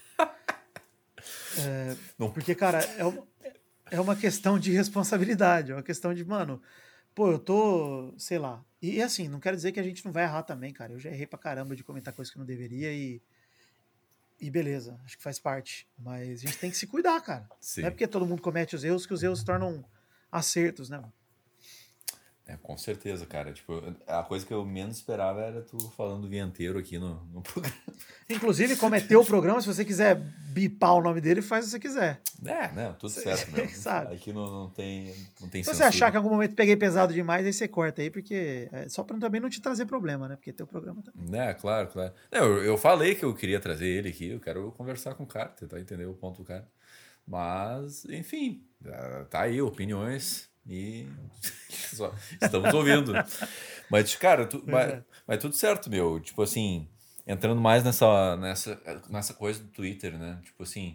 Porque, cara, é uma questão de responsabilidade, é uma questão de, mano, pô, eu tô, sei lá. E assim, não quero dizer que a gente não vai errar também, cara. Eu já errei pra caramba de comentar coisas que não deveria e beleza, acho que faz parte. Mas a gente tem que se cuidar, cara. Sim. Não é porque todo mundo comete os erros que os erros se tornam acertos, né, mano? Com certeza, cara. Tipo, a coisa que eu menos esperava era tu falando do vinheteiro aqui no programa. Inclusive, cometeu o programa, se você quiser bipar o nome dele, faz o que você quiser. Não, tudo certo mesmo. Sabe? Aqui não tem Se você achar que em algum momento peguei pesado demais, aí você corta aí, porque só pra também não te trazer problema, né? Porque teu programa também. Claro. Eu falei que eu queria trazer ele aqui, eu quero conversar com o cara, tentar entender o ponto do cara. Mas, enfim, tá aí, opiniões e estamos ouvindo. Mas, cara, mas tudo certo, meu. Tipo assim, entrando mais nessa coisa do Twitter, né? Tipo assim,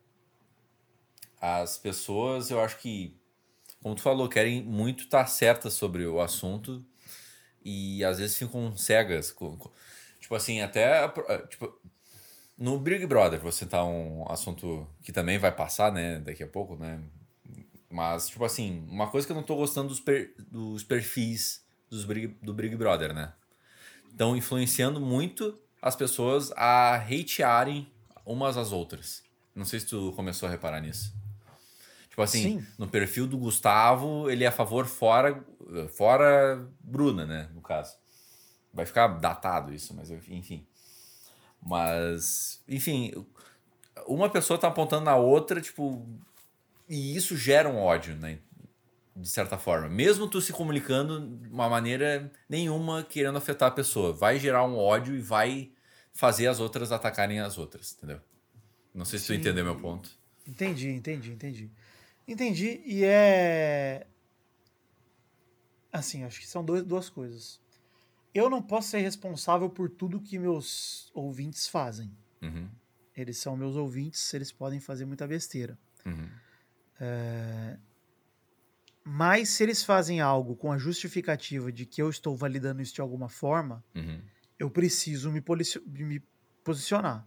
as pessoas, eu acho que, como tu falou, querem muito estar certas sobre o assunto e às vezes ficam cegas. Tipo assim, até... Tipo, no Big Brother, vou citar um assunto que também vai passar, né? Daqui a pouco, né? Mas, tipo assim, uma coisa que eu não tô gostando dos perfis do Big Brother, né? Estão influenciando muito as pessoas a hatearem umas às outras. Não sei se tu começou a reparar nisso. Tipo assim, Sim, no perfil do Gustavo, ele é a favor fora Bruna, né? No caso. Vai ficar datado isso, mas enfim. Mas, enfim, uma pessoa tá apontando na outra, tipo, e isso gera um ódio, né? De certa forma. Mesmo tu se comunicando de uma maneira nenhuma querendo afetar a pessoa. Vai gerar um ódio e vai fazer as outras atacarem as outras, entendeu? Não sei se tu entendeu meu sim. ponto. Entendi. Entendi, assim, acho que são duas coisas. Eu não posso ser responsável por tudo que meus ouvintes fazem. Uhum, Eles são meus ouvintes, eles podem fazer muita besteira. uhum, Mas se eles fazem algo com a justificativa de que eu estou validando isso de alguma forma, uhum, eu preciso me posicionar.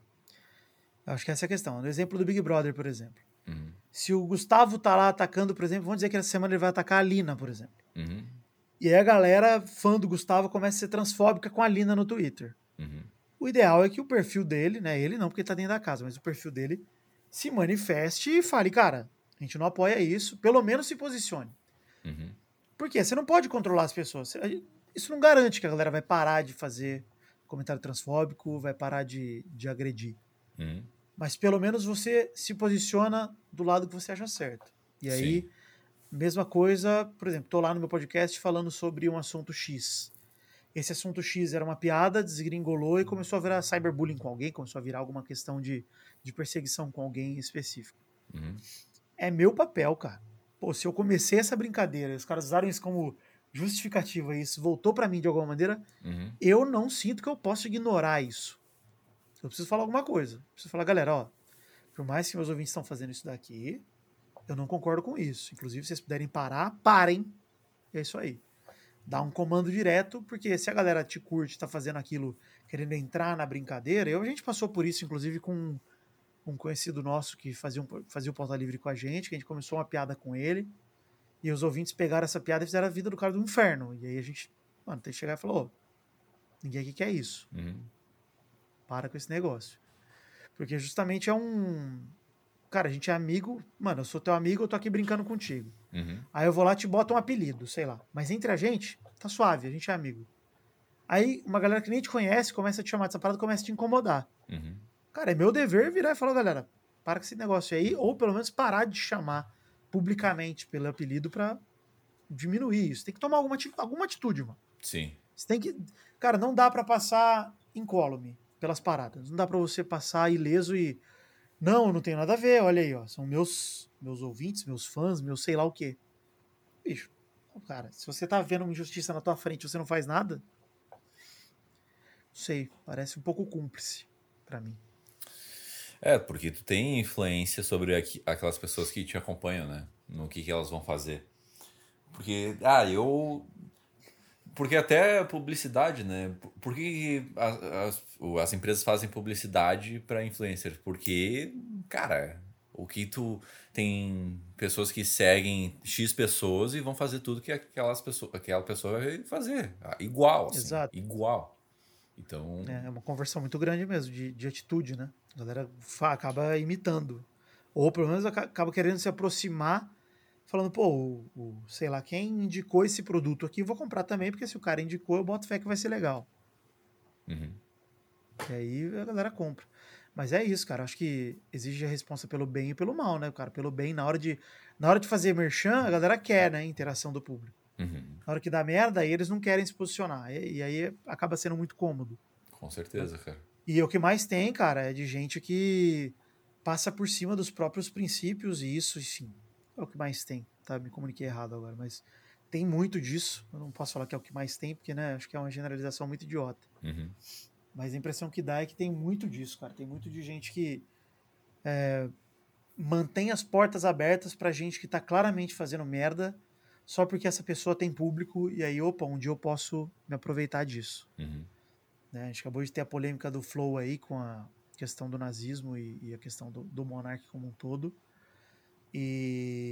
Eu acho que essa é a questão. No exemplo do Big Brother, por exemplo. uhum, Se o Gustavo tá lá atacando, por exemplo, vamos dizer que essa semana ele vai atacar a Lina, por exemplo. uhum, E aí a galera, fã do Gustavo, começa a ser transfóbica com a Lina no Twitter. uhum, O ideal é que o perfil dele, né? Ele não, porque ele tá dentro da casa, mas o perfil dele se manifeste e fale, cara, a gente não apoia isso, pelo menos se posicione. uhum, Porque você não pode controlar as pessoas. Isso não garante que a galera vai parar de fazer comentário transfóbico, vai parar de agredir. uhum. Mas pelo menos você se posiciona do lado que você acha certo. E Sim. aí, mesma coisa, por exemplo, tô lá no meu podcast falando sobre um assunto X. Esse assunto X era uma piada, desgringolou e começou a virar cyberbullying com alguém, começou a virar alguma questão de perseguição com alguém específico. Uhum, É meu papel, cara. Pô, se eu comecei essa brincadeira e os caras usaram isso como justificativa e isso voltou pra mim de alguma maneira, uhum, eu não sinto que eu posso ignorar isso. Eu preciso falar alguma coisa. Eu preciso falar, galera, ó, por mais que meus ouvintes estão fazendo isso daqui, eu não concordo com isso. Inclusive, se vocês puderem parar, parem. É isso aí. Dá um comando direto, porque se a galera te curte, tá fazendo aquilo, querendo entrar na brincadeira, a gente passou por isso, inclusive, com um conhecido nosso que fazia o Pauta Livre com a gente, que a gente começou uma piada com ele, e os ouvintes pegaram essa piada e fizeram a vida do cara do inferno. E aí a gente, mano, tem que chegar e falar, ô, ninguém aqui quer isso. uhum, Para com esse negócio. Porque justamente é um. Cara, a gente é amigo, mano, eu sou teu amigo, eu tô aqui brincando contigo. uhum, Aí eu vou lá e te boto um apelido, sei lá. Mas entre a gente, tá suave, a gente é amigo. Aí uma galera que nem te conhece começa a te chamar dessa parada, começa a te incomodar. uhum. Cara, é meu dever virar e falar, galera, para com esse negócio aí, ou pelo menos parar de chamar publicamente pelo apelido pra diminuir isso. Tem que tomar alguma atitude, mano. Sim. Você tem que. Cara, não dá pra passar incólume pelas paradas. Não dá pra você passar ileso e. Não tem nada a ver, olha aí, ó. São meus ouvintes, meus fãs, meus sei lá o quê. Bicho, cara, se você tá vendo uma injustiça na tua frente e você não faz nada, não sei, parece um pouco cúmplice pra mim. É, porque tu tem influência sobre aquelas pessoas que te acompanham, né? No que elas vão fazer. Porque, porque até publicidade, né? Por que as empresas fazem publicidade para influencer? Porque, cara, o que tu tem pessoas que seguem X pessoas e vão fazer tudo que aquela pessoa vai fazer. Igual, assim, Exato. igual. Então, É uma conversão muito grande mesmo, de atitude, né? A galera acaba imitando. Ou pelo menos acaba querendo se aproximar, falando, pô, sei lá, quem indicou esse produto aqui, eu vou comprar também, porque se o cara indicou, eu boto fé que vai ser legal. uhum, E aí a galera compra. Mas é isso, cara. Acho que exige a responsa pelo bem e pelo mal, né, cara? Pelo bem, na hora de fazer merchan, a galera quer, né, interação do público. uhum, Na hora que dá merda, aí eles não querem se posicionar. E aí acaba sendo muito cômodo, com né? certeza, cara. E o que mais tem, cara, é de gente que passa por cima dos próprios princípios, e isso, sim, é o que mais tem. Tá? Me comuniquei errado agora, mas tem muito disso. Eu não posso falar que é o que mais tem, porque, né, acho que é uma generalização muito idiota. Uhum, Mas a impressão que dá é que tem muito disso, cara. Tem muito de gente que mantém as portas abertas pra gente que tá claramente fazendo merda só porque essa pessoa tem público e aí, opa, um dia eu posso me aproveitar disso. uhum, Né? A gente acabou de ter a polêmica do Flow aí com a questão do nazismo e a questão do monarca como um todo. E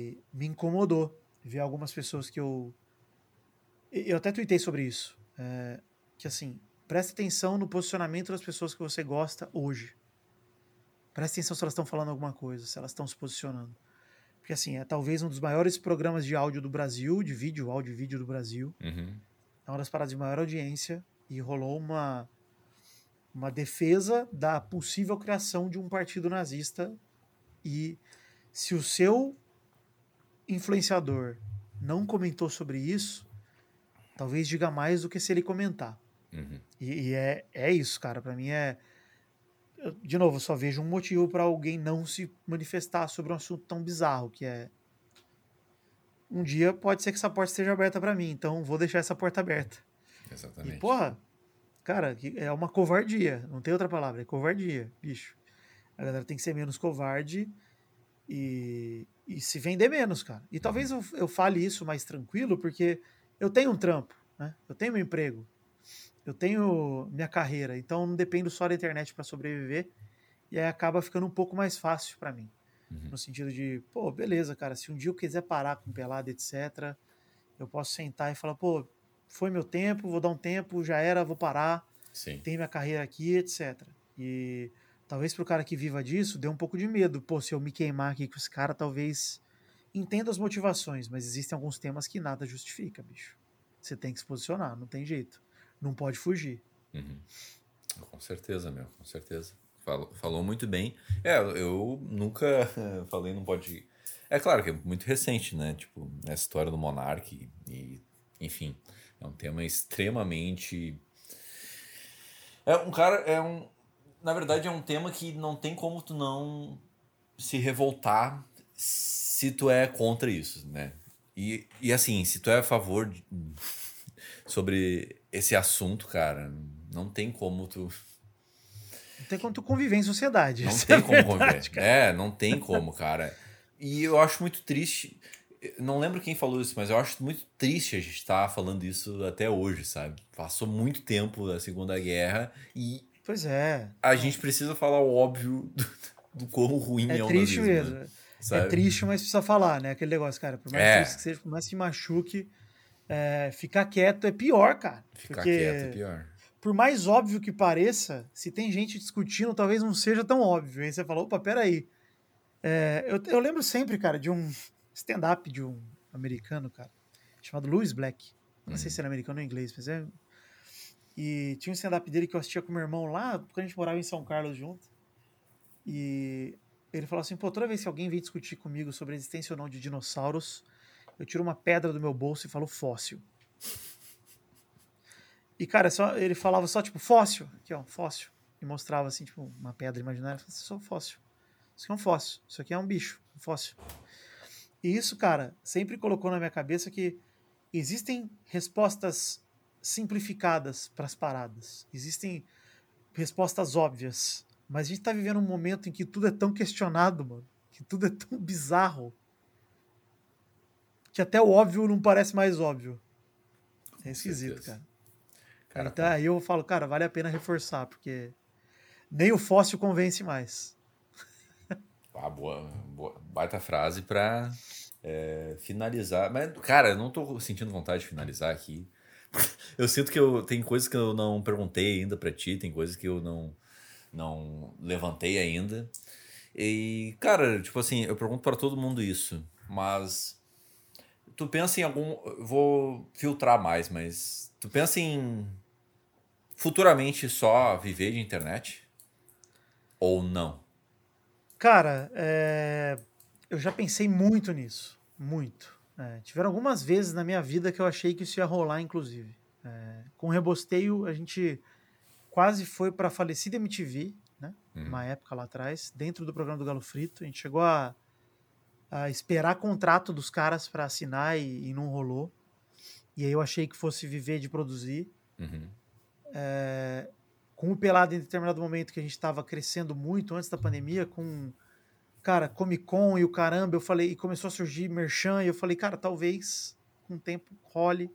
me incomodou ver algumas pessoas que eu até tuitei sobre isso. Que assim, preste atenção no posicionamento das pessoas que você gosta hoje. Preste atenção se elas estão falando alguma coisa, se elas estão se posicionando. Porque assim, é talvez um dos maiores programas de áudio do Brasil, de vídeo, áudio e vídeo do Brasil. Uhum. É uma das paradas de maior audiência e rolou uma defesa da possível criação de um partido nazista. E se o seu influenciador não comentou sobre isso, talvez diga mais do que se ele comentar. Uhum. E é isso, cara. Pra mim de novo, eu só vejo um motivo pra alguém não se manifestar sobre um assunto tão bizarro, que é um dia pode ser que essa porta esteja aberta pra mim, então vou deixar essa porta aberta. E Exatamente. porra, cara, é uma covardia, não tem outra palavra, é covardia, bicho. A galera tem que ser menos covarde e se vender menos, cara. E talvez eu fale isso mais tranquilo, porque eu tenho um trampo, né? Eu tenho meu emprego, eu tenho minha carreira, então não dependo só da internet para sobreviver, e aí acaba ficando um pouco mais fácil para mim. No sentido de, pô, beleza, cara, se um dia eu quiser parar com pelada, etc., eu posso sentar e falar, pô, foi meu tempo, vou dar um tempo, já era, vou parar, Sim. tenho minha carreira aqui, etc. E talvez pro cara que viva disso, dê um pouco de medo. Pô, se eu me queimar aqui com esse cara, talvez entenda as motivações, mas existem alguns temas que nada justifica, bicho. Você tem que se posicionar, não tem jeito. Não pode fugir. Uhum. Com certeza, meu, com certeza. Falou muito bem. Eu nunca falei não pode. É claro que é muito recente, né? Tipo, essa história do Monark enfim, é um tema extremamente. Na verdade, é um tema que não tem como tu não se revoltar se tu é contra isso, né? E assim, se tu é a favor sobre esse assunto, cara, não tem como tu. Não tem como tu conviver em sociedade. Não Isso tem é como verdade, conviver. cara. Não tem como, cara. E eu acho muito triste. Não lembro quem falou isso, mas eu acho muito triste a gente estar falando isso até hoje, sabe? Passou muito tempo da Segunda Guerra e Pois é. a Não, gente precisa falar o óbvio do quão ruim é é o triste nazismo, né? mesmo. É Sabe? triste, mas precisa falar, né? Aquele negócio, cara, por mais triste que É, seja, por mais que machuque, ficar quieto é pior, cara. ficar quieto é Porque, pior. por mais óbvio que pareça, se tem gente discutindo, talvez não seja tão óbvio. Aí você fala, opa, peraí. Eu lembro sempre, cara, de um stand-up de um americano, cara, chamado Louis Black. Não sei se era americano ou inglês, mas é. E tinha um stand-up dele que eu assistia com meu irmão lá, porque a gente morava em São Carlos junto. E ele falou assim: pô, toda vez que alguém vem discutir comigo sobre a existência ou não de dinossauros, eu tiro uma pedra do meu bolso e falo fóssil. E, cara, ele falava só, tipo, fóssil. Aqui, ó, fóssil. E mostrava, assim, tipo, uma pedra imaginária. Eu falava, isso é só fóssil. Isso aqui é um fóssil. Isso aqui é um bicho, um fóssil. E isso, cara, sempre colocou na minha cabeça que existem respostas simplificadas para as paradas. Existem respostas óbvias. Mas a gente tá vivendo um momento em que tudo é tão questionado, mano. Que tudo é tão bizarro. Que até o óbvio não parece mais óbvio. É Com esquisito, certeza. cara. Cara, Então aí eu falo, cara, vale a pena reforçar, porque nem o fóssil convence mais. baita frase pra finalizar. Mas, cara, eu não tô sentindo vontade de finalizar aqui. Eu sinto que tem coisas que eu não perguntei ainda pra ti, tem coisas que eu não levantei ainda. E, cara, tipo assim, eu pergunto pra todo mundo isso, mas tu pensa em algum. Eu vou filtrar mais, mas tu pensa em futuramente só viver de internet? Ou não? Cara, eu já pensei muito nisso. Muito. Tiveram algumas vezes na minha vida que eu achei que isso ia rolar, inclusive. Com o Rebosteio, a gente quase foi para a falecida MTV, né? Uma época lá atrás, dentro do programa do Galo Frito. A gente chegou a esperar contrato dos caras para assinar e não rolou. E aí eu achei que fosse viver de produzir. Uhum. Com o Pelado, em determinado momento que a gente estava crescendo muito antes da pandemia, com, cara, Comic Con e o caramba, eu falei, e começou a surgir merchan, e eu falei, cara, talvez com o tempo role,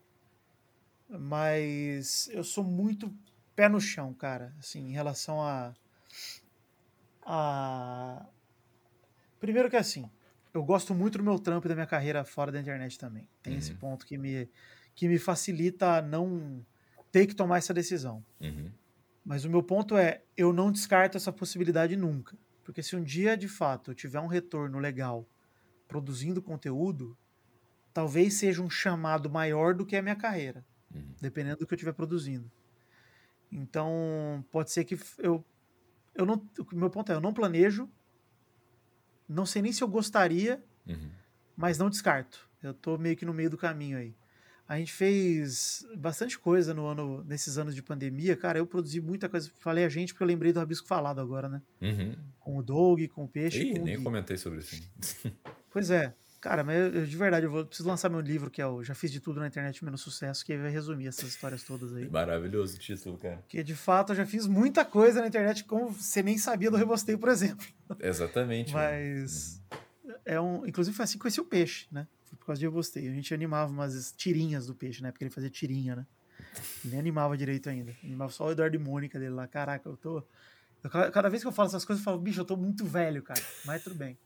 mas eu sou muito pé no chão, cara, assim, em relação a... Primeiro que assim, eu gosto muito do meu trampo e da minha carreira fora da internet também. Tem esse ponto que me facilita não ter que tomar essa decisão. Mas o meu ponto é, eu não descarto essa possibilidade nunca. Porque se um dia, de fato, eu tiver um retorno legal produzindo conteúdo, talvez seja um chamado maior do que a minha carreira, dependendo do que eu estiver produzindo. Então, pode ser que eu não... O meu ponto é, eu não planejo, não sei nem se eu gostaria, mas não descarto. Eu tô meio que no meio do caminho aí. A gente fez bastante coisa nesses anos de pandemia. Cara, eu produzi muita coisa. Falei a gente porque eu lembrei do Rabisco Falado agora, né? Com o Doug, com o Peixe e com o nem Gui. comentei sobre isso. Pois é. Cara, mas de verdade, eu preciso lançar meu livro, que é o Já Fiz de Tudo na Internet Menos Sucesso, que vai resumir essas histórias todas aí. Maravilhoso o título, cara. Porque, de fato, eu já fiz muita coisa na internet como você nem sabia do Rebosteio, por exemplo. Exatamente. Mas inclusive foi assim que conheci o Peixe, né? Foi por causa de Rebosteio. A gente animava umas tirinhas do Peixe, né? Porque ele fazia tirinha, né? Ele nem animava direito ainda. Animava só o Eduardo e Mônica dele lá. Caraca, cada vez que eu falo essas coisas, eu falo, bicho, eu tô muito velho, cara. Mas tudo bem.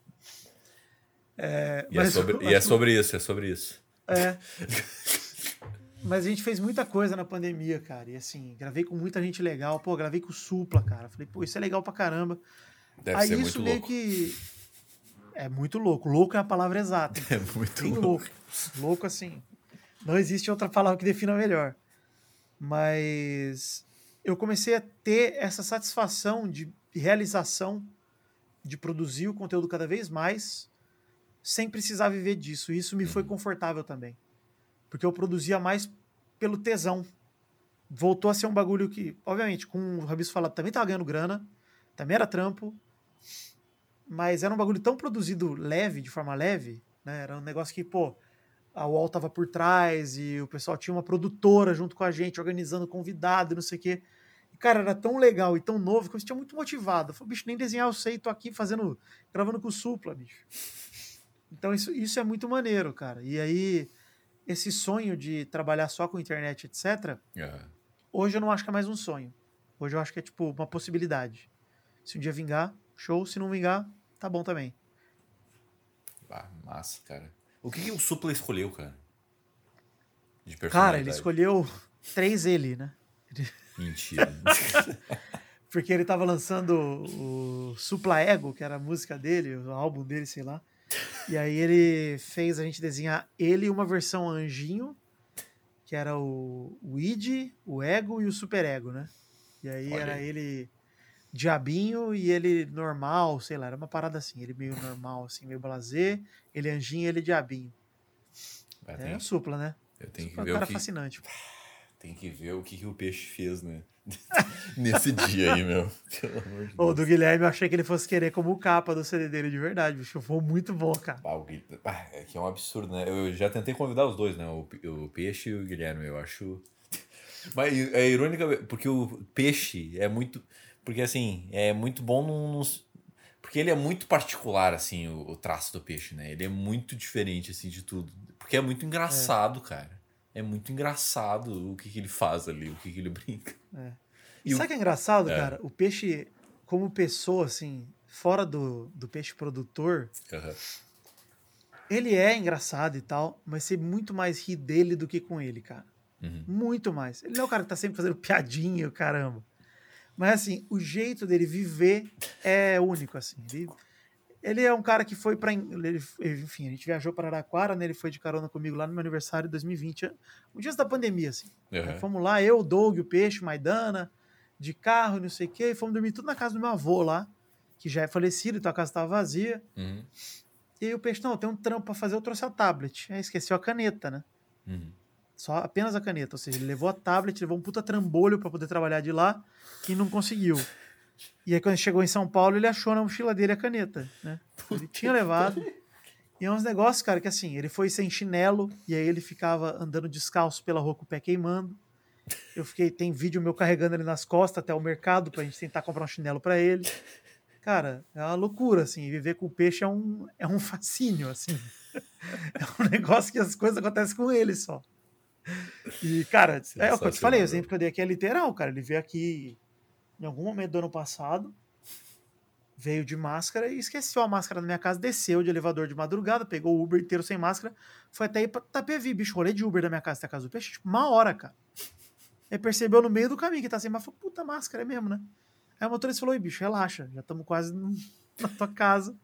É sobre isso. É. Mas a gente fez muita coisa na pandemia, cara. E assim, gravei com muita gente legal. Pô, gravei com o Supla, cara. Falei, pô, isso é legal pra caramba. Deve ser muito louco. Que... É muito louco. Louco é a palavra exata. É muito louco. Louco, assim. Não existe outra palavra que defina melhor. Mas eu comecei a ter essa satisfação de realização, de produzir o conteúdo cada vez mais, sem precisar viver disso. E isso me foi confortável também. Porque eu produzia mais pelo tesão. Voltou a ser um bagulho que, obviamente, com o Rabisco Falado também tava ganhando grana, também era trampo, mas era um bagulho tão produzido leve, de forma leve, né? Era um negócio que, pô, a UOL tava por trás e o pessoal tinha uma produtora junto com a gente, organizando convidado e não sei o quê. E, cara, era tão legal e tão novo que eu me sentia muito motivado. Eu falei, bicho, nem desenhar eu sei, tô aqui gravando com o Supla, bicho. Então isso é muito maneiro, cara. E aí, esse sonho de trabalhar só com internet, etc., hoje eu não acho que é mais um sonho. Hoje eu acho que é, tipo, uma possibilidade. Se um dia vingar, show. Se não vingar, tá bom também. Ah, massa, cara. O que o Supla escolheu, cara? De personalidade? Cara, ele escolheu 3 né? Mentira. Porque ele tava lançando o Supla Ego, que era a música dele, o álbum dele, sei lá. E aí ele fez a gente desenhar ele e uma versão anjinho, que era o Id, o Ego e o Super Ego, né? E aí era ele diabinho e ele normal, sei lá, era uma parada assim, ele meio normal, assim, meio blasé, ele anjinho e ele diabinho. É o Supla, né? Eu tenho que ver um cara fascinante. Tem que ver o que o Peixe fez, né? Nesse dia aí, meu. Pelo amor de Deus. O do Guilherme, eu achei que ele fosse querer como capa do CD dele de verdade, bicho. Foi muito bom, cara. É que é um absurdo, né? Eu já tentei convidar os dois, né? O Peixe e o Guilherme, eu acho. Mas é irônico, porque o Peixe é muito. Porque assim, é muito bom porque ele é muito particular, assim, o traço do Peixe, né? Ele é muito diferente, assim, de tudo. Porque é muito engraçado, cara. É muito engraçado o que ele faz ali, o que ele brinca. E sabe o que é engraçado, cara? O Peixe, como pessoa, assim, fora do Peixe produtor, ele é engraçado e tal, mas você muito mais ri dele do que com ele, cara. Muito mais. Ele não é o cara que tá sempre fazendo piadinha, caramba. Mas, assim, o jeito dele viver é único, assim. Ele é um cara que foi pra... Enfim, a gente viajou para Araraquara, né? Ele foi de carona comigo lá no meu aniversário de 2020, um dia da pandemia, assim. Fomos lá, eu, o Doug, o Peixe, o Maidana, de carro, não sei o quê, e fomos dormir tudo na casa do meu avô lá, que já é falecido, então a casa estava vazia. E aí o Peixe, não, tem um trampo pra fazer, eu trouxe a tablet. Aí esqueceu a caneta, né? Apenas a caneta, ou seja, ele levou a tablet, levou um puta trambolho pra poder trabalhar de lá e não conseguiu. E aí quando ele chegou em São Paulo, ele achou na mochila dele a caneta, né? Ele tinha levado. E é uns negócios, cara, que assim, ele foi sem chinelo, e aí ele ficava andando descalço pela rua com o pé queimando. Tem vídeo meu carregando ele nas costas até o mercado pra gente tentar comprar um chinelo pra ele. Cara, é uma loucura, assim, viver com o Peixe é um fascínio, assim. É um negócio que as coisas acontecem com ele só. E, cara, é o que eu te falei, o exemplo que eu dei aqui é literal, cara. Ele veio aqui em algum momento do ano passado, veio de máscara e esqueceu a máscara na minha casa, desceu de elevador de madrugada, pegou o Uber inteiro sem máscara, foi até ir pra Itapevi, bicho, rolê de Uber da minha casa até a casa do peixe, tipo, 1 hora, cara. Aí percebeu no meio do caminho que tá sem máscara, falou, puta máscara, é mesmo, né? Aí o motorista falou, bicho, relaxa, já estamos quase na tua casa.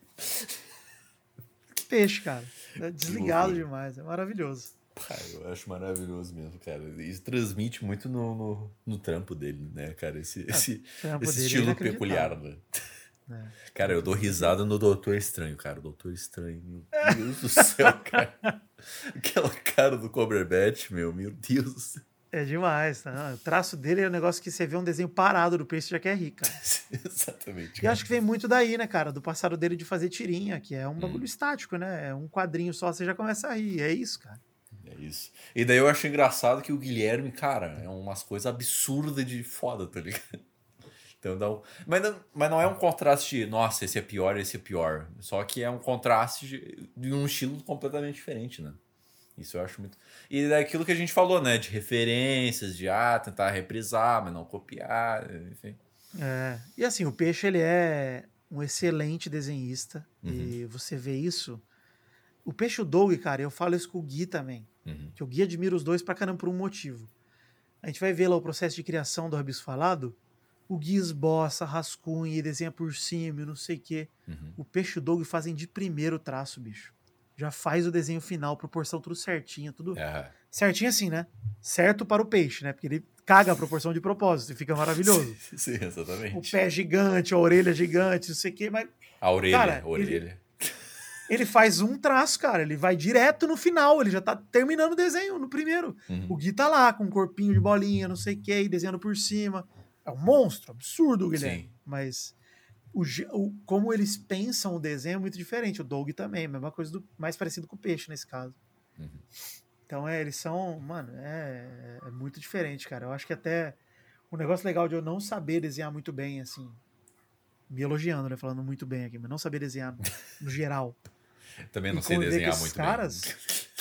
Peixe, cara. É desligado demais, é maravilhoso. Pá, eu acho maravilhoso mesmo, cara. Isso transmite muito no trampo dele, né, cara? Esse dele estilo peculiar, né? Cara, eu dou risada no Doutor Estranho, cara. O Doutor Estranho, meu Deus do céu, cara. Aquela cara do Cumberbatch, meu Deus do céu. É demais, tá? O traço dele é um negócio que você vê um desenho parado do peixe e já quer rir, cara. Exatamente. E acho que vem muito daí, né, cara? Do passado dele de fazer tirinha, que é um bagulho estático, né? É um quadrinho só, você já começa a rir. É isso, cara. É isso. E daí eu acho engraçado que o Guilherme, cara, é umas coisas absurdas de foda, tá ligado? Então dá um... mas não é um contraste de, nossa, esse é pior, esse é pior. Só que é um contraste de um estilo completamente diferente, né? Isso eu acho muito... E daquilo que a gente falou, né? De referências, de tentar reprisar, mas não copiar, enfim. E assim, o Peixe, ele é um excelente desenhista. E você vê isso... O Peixe e o Doug, cara, eu falo isso com o Gui também. Que o Gui admira os dois pra caramba por um motivo. A gente vai ver lá o processo de criação do Rabisco Falado. O Gui esboça, rascunha e desenha por cima e não sei o quê. O Peixe e o Doug fazem de primeiro traço, bicho. Já faz o desenho final, proporção tudo certinha, tudo certinho assim, né? Certo para o peixe, né? Porque ele caga a proporção de propósito e fica maravilhoso. Sim, exatamente. O pé gigante, a orelha gigante, não sei o quê, mas... A orelha, cara, ele faz um traço, cara. Ele vai direto no final, ele já tá terminando o desenho no primeiro. O Gui tá lá com um corpinho de bolinha, não sei o quê, e desenhando por cima. É um monstro, absurdo, Guilherme. Sim. Mas... como eles pensam o desenho é muito diferente. O Doug também, mesma coisa, mais parecido com o Peixe nesse caso. Então eles são, mano, é muito diferente, cara. Eu acho que até o negócio legal de eu não saber desenhar muito bem, assim, me elogiando, né, falando muito bem aqui, mas não saber desenhar no geral. Também não sei desenhar muito bem.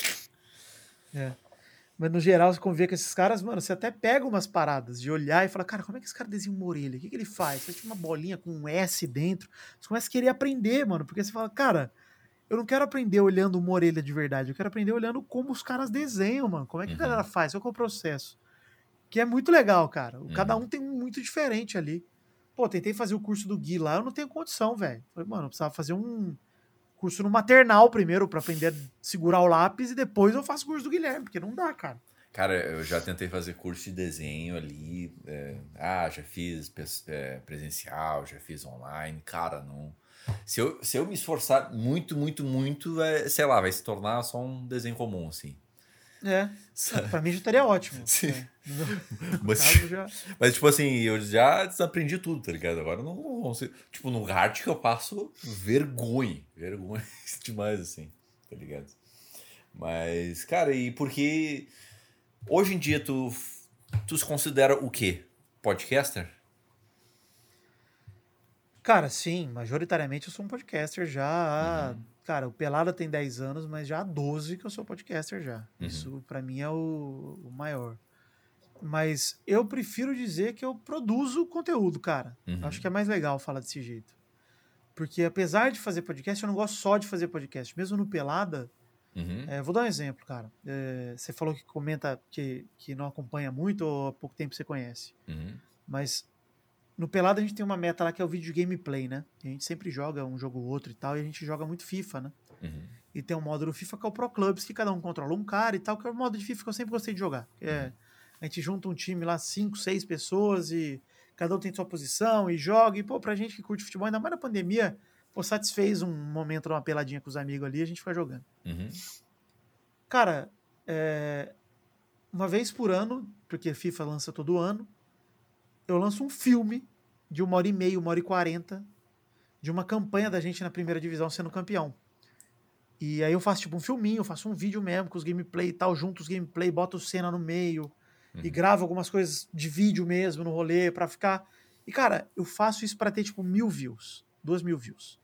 Mas no geral, você conviver com esses caras, mano, você até pega umas paradas de olhar e falar, cara, como é que esse cara desenha uma orelha? O que ele faz? Você tinha uma bolinha com um S dentro. Você começa a querer aprender, mano, porque você fala, cara, eu não quero aprender olhando uma orelha de verdade, eu quero aprender olhando como os caras desenham, mano. Como é que a galera faz? Qual que é o processo? Que é muito legal, cara. Cada um tem um muito diferente ali. Pô, tentei fazer o curso do Gui lá, eu não tenho condição, velho. Falei, mano, eu precisava fazer um curso no maternal primeiro pra aprender a segurar o lápis e depois eu faço o curso do Guilherme, porque não dá, cara. Cara, eu já tentei fazer curso de desenho ali. Já fiz presencial, já fiz online. Cara, não... Se eu me esforçar muito, muito, muito, sei lá, vai se tornar só um desenho comum, assim. Pra mim já estaria ótimo. Sim. Mas, tipo assim, eu já desaprendi tudo, tá ligado? Agora eu não consigo. Tipo, no Hard que eu passo vergonha demais, assim, tá ligado? Mas, cara, e porque hoje em dia tu se considera o quê? Podcaster? Cara, sim, majoritariamente eu sou um podcaster já. Cara, o Pelada tem 10 anos, mas já há 12 que eu sou podcaster já. Isso pra mim é o maior. Mas eu prefiro dizer que eu produzo conteúdo, cara. Acho que é mais legal falar desse jeito. Porque apesar de fazer podcast, eu não gosto só de fazer podcast. Mesmo no Pelada, vou dar um exemplo, cara. Você falou que comenta que não acompanha muito ou há pouco tempo você conhece. Mas no Pelada a gente tem uma meta lá que é o vídeo gameplay, né? A gente sempre joga um jogo ou outro e tal, e a gente joga muito FIFA, né? E tem um modo do FIFA que é o Pro Clubs, que cada um controla um cara e tal, que é o modo de FIFA que eu sempre gostei de jogar. A gente junta um time lá, 5, 6 pessoas e cada um tem sua posição e joga. E, pô, pra gente que curte futebol, ainda mais na pandemia, pô, satisfez um momento, uma peladinha com os amigos ali, a gente fica jogando. Cara, uma vez por ano, porque FIFA lança todo ano, eu lanço um filme de 1h30, 1h40, de uma campanha da gente na primeira divisão sendo campeão. E aí eu faço tipo um filminho, eu faço um vídeo mesmo com os gameplay e tal, junto os gameplay, boto cena no meio e gravo algumas coisas de vídeo mesmo no rolê pra ficar... E, cara, eu faço isso pra ter tipo 1.000 views, 2.000 views.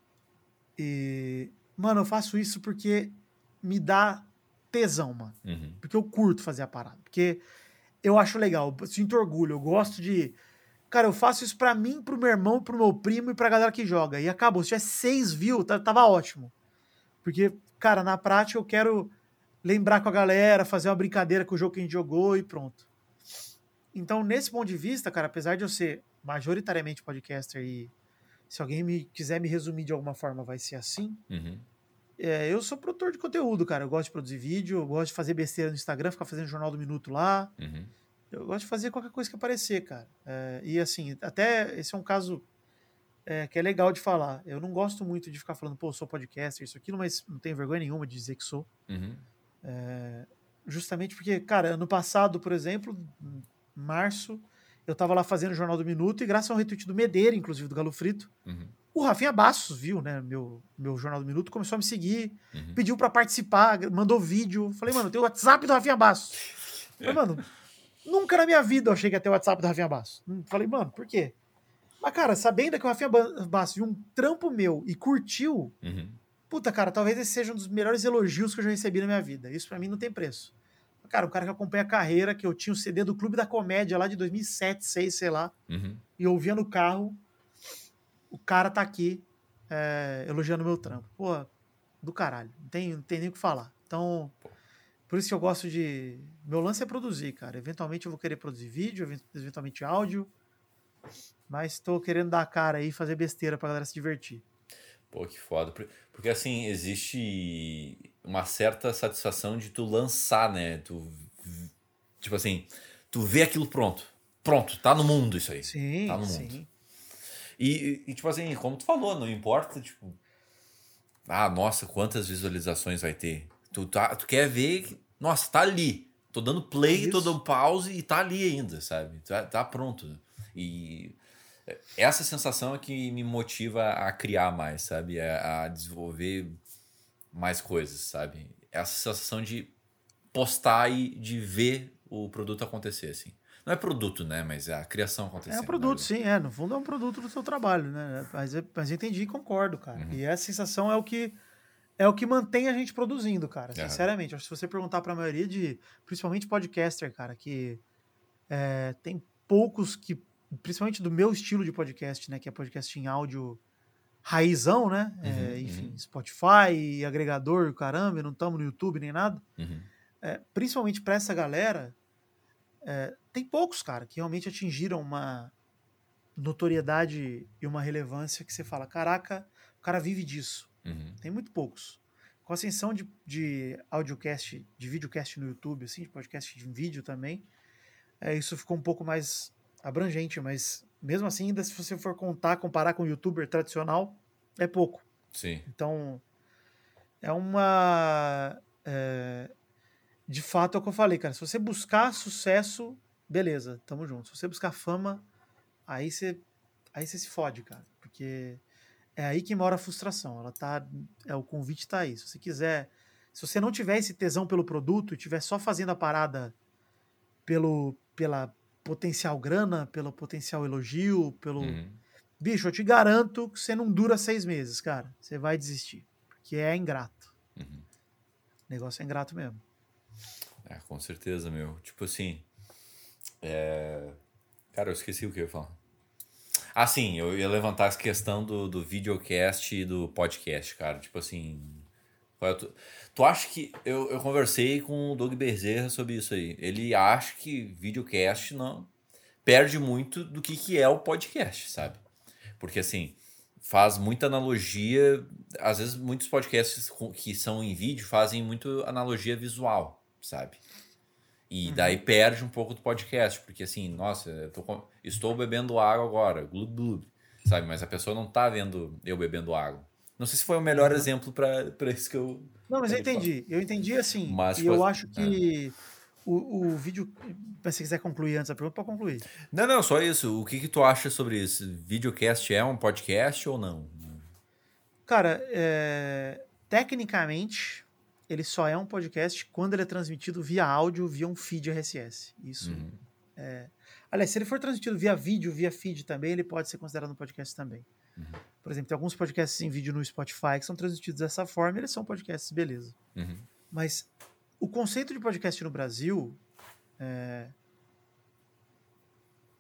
E, mano, eu faço isso porque me dá tesão, mano. Porque eu curto fazer a parada. Porque eu acho legal, eu sinto orgulho, eu gosto de Cara, eu faço isso pra mim, pro meu irmão, pro meu primo e pra galera que joga. E acabou. Se tivesse 6 views, tava ótimo. Porque, cara, na prática eu quero lembrar com a galera, fazer uma brincadeira com o jogo que a gente jogou e pronto. Então, nesse ponto de vista, cara, apesar de eu ser majoritariamente podcaster e se alguém quiser me resumir de alguma forma, vai ser assim. Eu sou produtor de conteúdo, cara. Eu gosto de produzir vídeo, eu gosto de fazer besteira no Instagram, ficar fazendo Jornal do Minuto lá. Eu gosto de fazer qualquer coisa que aparecer, cara. E assim, até esse é um caso que é legal de falar. Eu não gosto muito de ficar falando, pô, eu sou podcaster, isso, aquilo, mas não tenho vergonha nenhuma de dizer que sou. Justamente porque, cara, ano passado, por exemplo, em março, eu tava lá fazendo o Jornal do Minuto e graças ao retweet do Medeira, inclusive do Galo Frito, o Rafinha Bastos viu, né, meu Jornal do Minuto, começou a me seguir, pediu pra participar, mandou vídeo. Falei, mano, tem o WhatsApp do Rafinha Bastos. Falei, mano, nunca na minha vida eu achei que ia ter o WhatsApp do Rafinha Bastos. Falei, mano, por quê? Mas, cara, sabendo que o Rafinha Bastos viu um trampo meu e curtiu, puta, cara, talvez esse seja um dos melhores elogios que eu já recebi na minha vida. Isso pra mim não tem preço. Cara, um cara que acompanha a carreira, que eu tinha o CD do Clube da Comédia lá de 2007, 2006, sei lá, e eu ouvia no carro, o cara tá aqui elogiando meu trampo. Pô, do caralho. Não tem nem o que falar. Então, por isso que eu gosto de... Meu lance é produzir, cara. Eventualmente eu vou querer produzir vídeo, eventualmente áudio, mas tô querendo dar a cara aí e fazer besteira pra galera se divertir. Pô, que foda. Porque assim, existe uma certa satisfação de tu lançar, né? Tipo assim, tu vê aquilo pronto. Pronto, tá no mundo isso aí. Sim, Tá no mundo. sim. E tipo assim, como tu falou, não importa, tipo... Ah, nossa, quantas visualizações vai ter? Tu quer ver... Nossa, tá ali. Tô dando play, tô dando pause e tá ali ainda, sabe? Tá pronto. E... essa sensação é que me motiva a criar mais, sabe? A desenvolver mais coisas, sabe? Essa sensação de postar e de ver o produto acontecer, assim. Não é produto, né? Mas é a criação acontecendo. É um produto, sim. No fundo é um produto do seu trabalho, né? Mas eu entendi e concordo, cara. E essa sensação é o que mantém a gente produzindo, cara. Sinceramente. Acho que se você perguntar pra maioria principalmente podcaster, cara, que tem poucos que, principalmente do meu estilo de podcast, né? Que é podcast em áudio raizão, né? Enfim, Spotify, agregador, caramba, não estamos no YouTube nem nada. Principalmente pra essa galera, tem poucos, cara, que realmente atingiram uma notoriedade e uma relevância que você fala, caraca, o cara vive disso. Tem muito poucos. Com a ascensão de audiocast, de videocast no YouTube, assim, de podcast de vídeo também, isso ficou um pouco mais abrangente, mas mesmo assim, ainda se você for comparar com o youtuber tradicional, é pouco. Sim. Então, é uma... de fato, é o que eu falei, cara. Se você buscar sucesso, beleza, tamo junto. Se você buscar fama, aí você se fode, cara. Porque é aí que mora a frustração. O convite tá aí. Se você quiser... Se você não tiver esse tesão pelo produto e estiver só fazendo a parada pela potencial grana, pelo potencial elogio, Bicho, eu te garanto que você não dura 6 meses, cara. Você vai desistir. Porque é ingrato. O negócio é ingrato mesmo. Com certeza, meu. Tipo assim... Cara, eu esqueci o que eu ia falar. Ah, sim, eu ia levantar essa questão do videocast e do podcast, cara. Tipo assim... Tu acha que... Eu conversei com o Doug Bezerra sobre isso aí. Ele acha que videocast não perde muito do que é o podcast, sabe? Porque assim, faz muita analogia... Às vezes muitos podcasts que são em vídeo fazem muito analogia visual, sabe? E daí perde um pouco do podcast, porque assim, nossa, estou bebendo água agora, glub glub, sabe? Mas a pessoa não tá vendo eu bebendo água. Não sei se foi o melhor exemplo para isso que eu... Não, mas eu entendi. Eu entendi assim. Mas, e tipo, eu acho que o vídeo... Se você quiser concluir antes a pergunta, pode concluir. Não, só isso. O que tu acha sobre isso? Videocast é um podcast ou não? Cara, tecnicamente, ele só é um podcast quando ele é transmitido via áudio, via um feed RSS. Isso. Aliás, se ele for transmitido via vídeo, via feed também, ele pode ser considerado um podcast também. Por exemplo, tem alguns podcasts em vídeo no Spotify que são transmitidos dessa forma, eles são podcasts, beleza. Mas o conceito de podcast no Brasil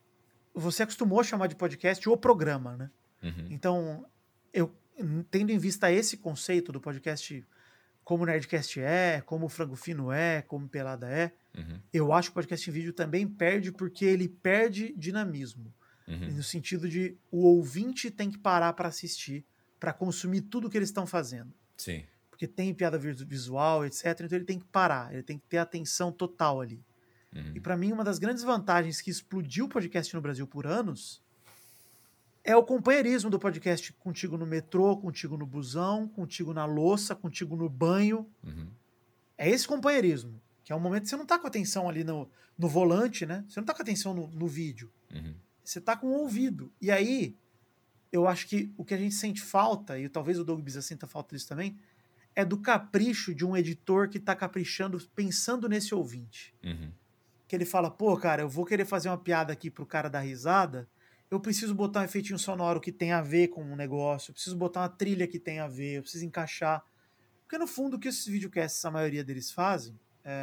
você acostumou a chamar de podcast o programa, né? Uhum. Então, eu tendo em vista esse conceito do podcast, como o Nerdcast como o Frango Fino como o Pelada eu acho que o podcast em vídeo também perde porque ele perde dinamismo. No sentido de o ouvinte tem que parar para assistir, para consumir tudo que eles estão fazendo. Sim. Porque tem piada visual, etc. Então ele tem que parar, ele tem que ter atenção total ali. E para mim, uma das grandes vantagens que explodiu o podcast no Brasil por anos é o companheirismo do podcast contigo no metrô, contigo no busão, contigo na louça, contigo no banho. É esse companheirismo, que é um momento que você não tá com atenção ali no volante, né? Você não tá com atenção no vídeo. Você tá com o ouvido. E aí, eu acho que o que a gente sente falta, e talvez o Doug Biza sinta falta disso também, é do capricho de um editor que tá caprichando, pensando nesse ouvinte. Que ele fala, pô, cara, eu vou querer fazer uma piada aqui pro cara dar risada, eu preciso botar um efeitinho sonoro que tem a ver com o negócio, eu preciso botar uma trilha que tem a ver, eu preciso encaixar. Porque no fundo o que esses videocasts, a maioria deles fazem,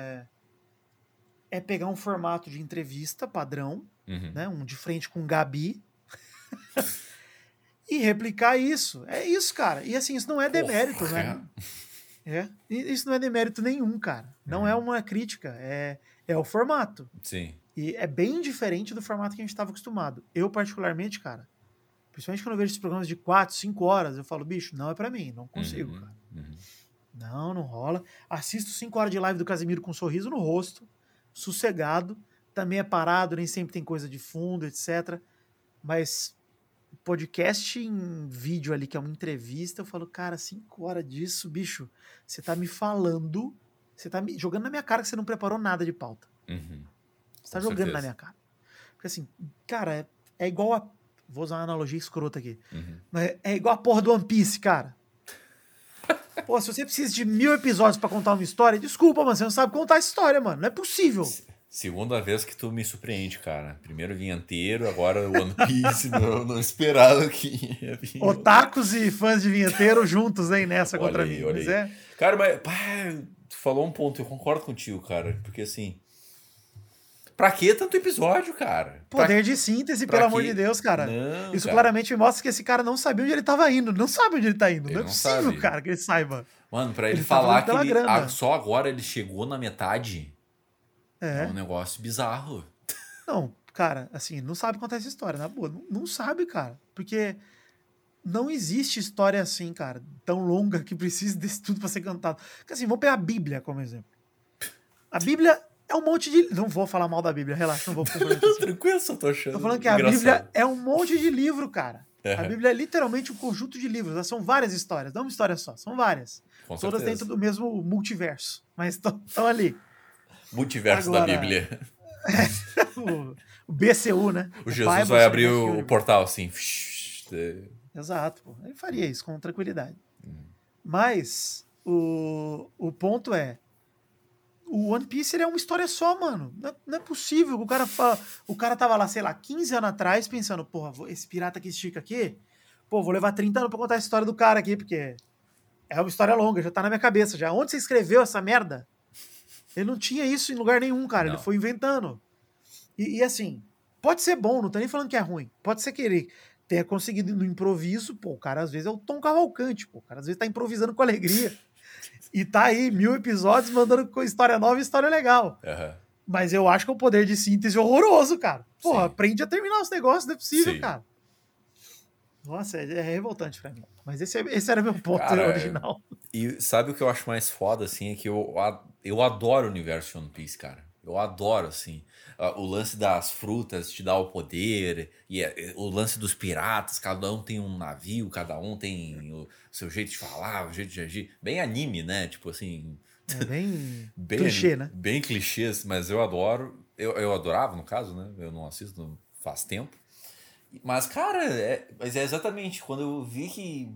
é pegar um formato de entrevista padrão, né, um de frente com Gabi, e replicar isso. É isso, cara. E assim, isso não é demérito, né? Isso não é demérito nenhum, cara. Não é uma crítica, é o formato. Sim. E é bem diferente do formato que a gente estava acostumado. Eu, particularmente, cara, principalmente quando eu vejo esses programas de 4, 5 horas, eu falo, bicho, não é pra mim, não consigo, cara. Não rola. Assisto 5 horas de live do Casimiro com um sorriso no rosto, sossegado, também é parado, nem sempre tem coisa de fundo, etc. Mas podcast em vídeo ali, que é uma entrevista, eu falo, cara, 5 horas disso, bicho, você tá me falando, você tá me jogando na minha cara que você não preparou nada de pauta. Você tá jogando na minha cara. Porque assim, cara, é igual a... Vou usar uma analogia escrota aqui. Mas é igual a porra do One Piece, cara. Pô, se você precisa de 1000 episódios pra contar uma história, desculpa, mano, você não sabe contar a história, mano. Não é possível. Segunda vez que tu me surpreende, cara. Primeiro vinheteiro, agora One Piece. não esperava que ia vir. Otakus e fãs de vinheteiro juntos, hein, nessa contra mim. Mas Cara, mas tu falou um ponto, eu concordo contigo, cara. Porque assim... Pra que tanto episódio, cara? Poder de síntese, pelo amor de Deus, cara. Não, isso cara. Claramente mostra que esse cara não sabia onde ele tava indo. Não sabe onde ele tá indo. Não é possível, sabe. Cara, que ele saiba. Mano, pra ele falar que só agora ele chegou na metade, é um negócio bizarro. Não, cara, assim, não sabe contar essa história, na boa. Não sabe, cara. Porque não existe história assim, cara, tão longa que precise desse tudo pra ser cantado. Porque assim, vamos pegar a Bíblia como exemplo. A Bíblia... é um monte de... Não vou falar mal da Bíblia, relaxa, não vou comprometer. Tranquilo, só tô achando. Tô falando que engraçado. A Bíblia é um monte de livro, cara. A Bíblia é literalmente um conjunto de livros. São várias histórias, não uma história só, são várias. Com todas certeza. dentro do mesmo multiverso, mas estão ali. Multiverso da Bíblia. O BCU, né? O Jesus vai abrir o portal assim. Exato, pô. Ele faria isso com tranquilidade. Mas o ponto é, o One Piece ele é uma história só, mano. Não é possível. O cara tava lá, sei lá, 15 anos atrás, pensando, porra, esse pirata que estica aqui, pô, vou levar 30 anos pra contar a história do cara aqui, porque é uma história longa, já tá na minha cabeça já. Onde você escreveu essa merda? Ele não tinha isso em lugar nenhum, cara. Não. Ele foi inventando. E assim, pode ser bom, não tô nem falando que é ruim. Pode ser que ele tenha conseguido no improviso, pô, o cara às vezes é o Tom Cavalcante, pô, o cara às vezes tá improvisando com alegria. E tá aí, 1000 episódios mandando história nova e história legal. Mas eu acho que é um poder de síntese horroroso, cara. Porra, aprende a terminar os negócios, não é possível, cara. Nossa, é revoltante pra mim. Mas esse era meu ponto original. E sabe o que eu acho mais foda, assim, é que eu adoro o universo de One Piece, cara. Eu adoro, assim, o lance das frutas te dá o poder, e o lance dos piratas, cada um tem um navio, cada um tem o seu jeito de falar, o jeito de agir. Bem anime, né? Tipo assim... É bem clichê, né? Bem clichê, mas eu adoro. Eu adorava, no caso, né? Eu não assisto faz tempo. Mas, cara, mas é exatamente quando eu vi que...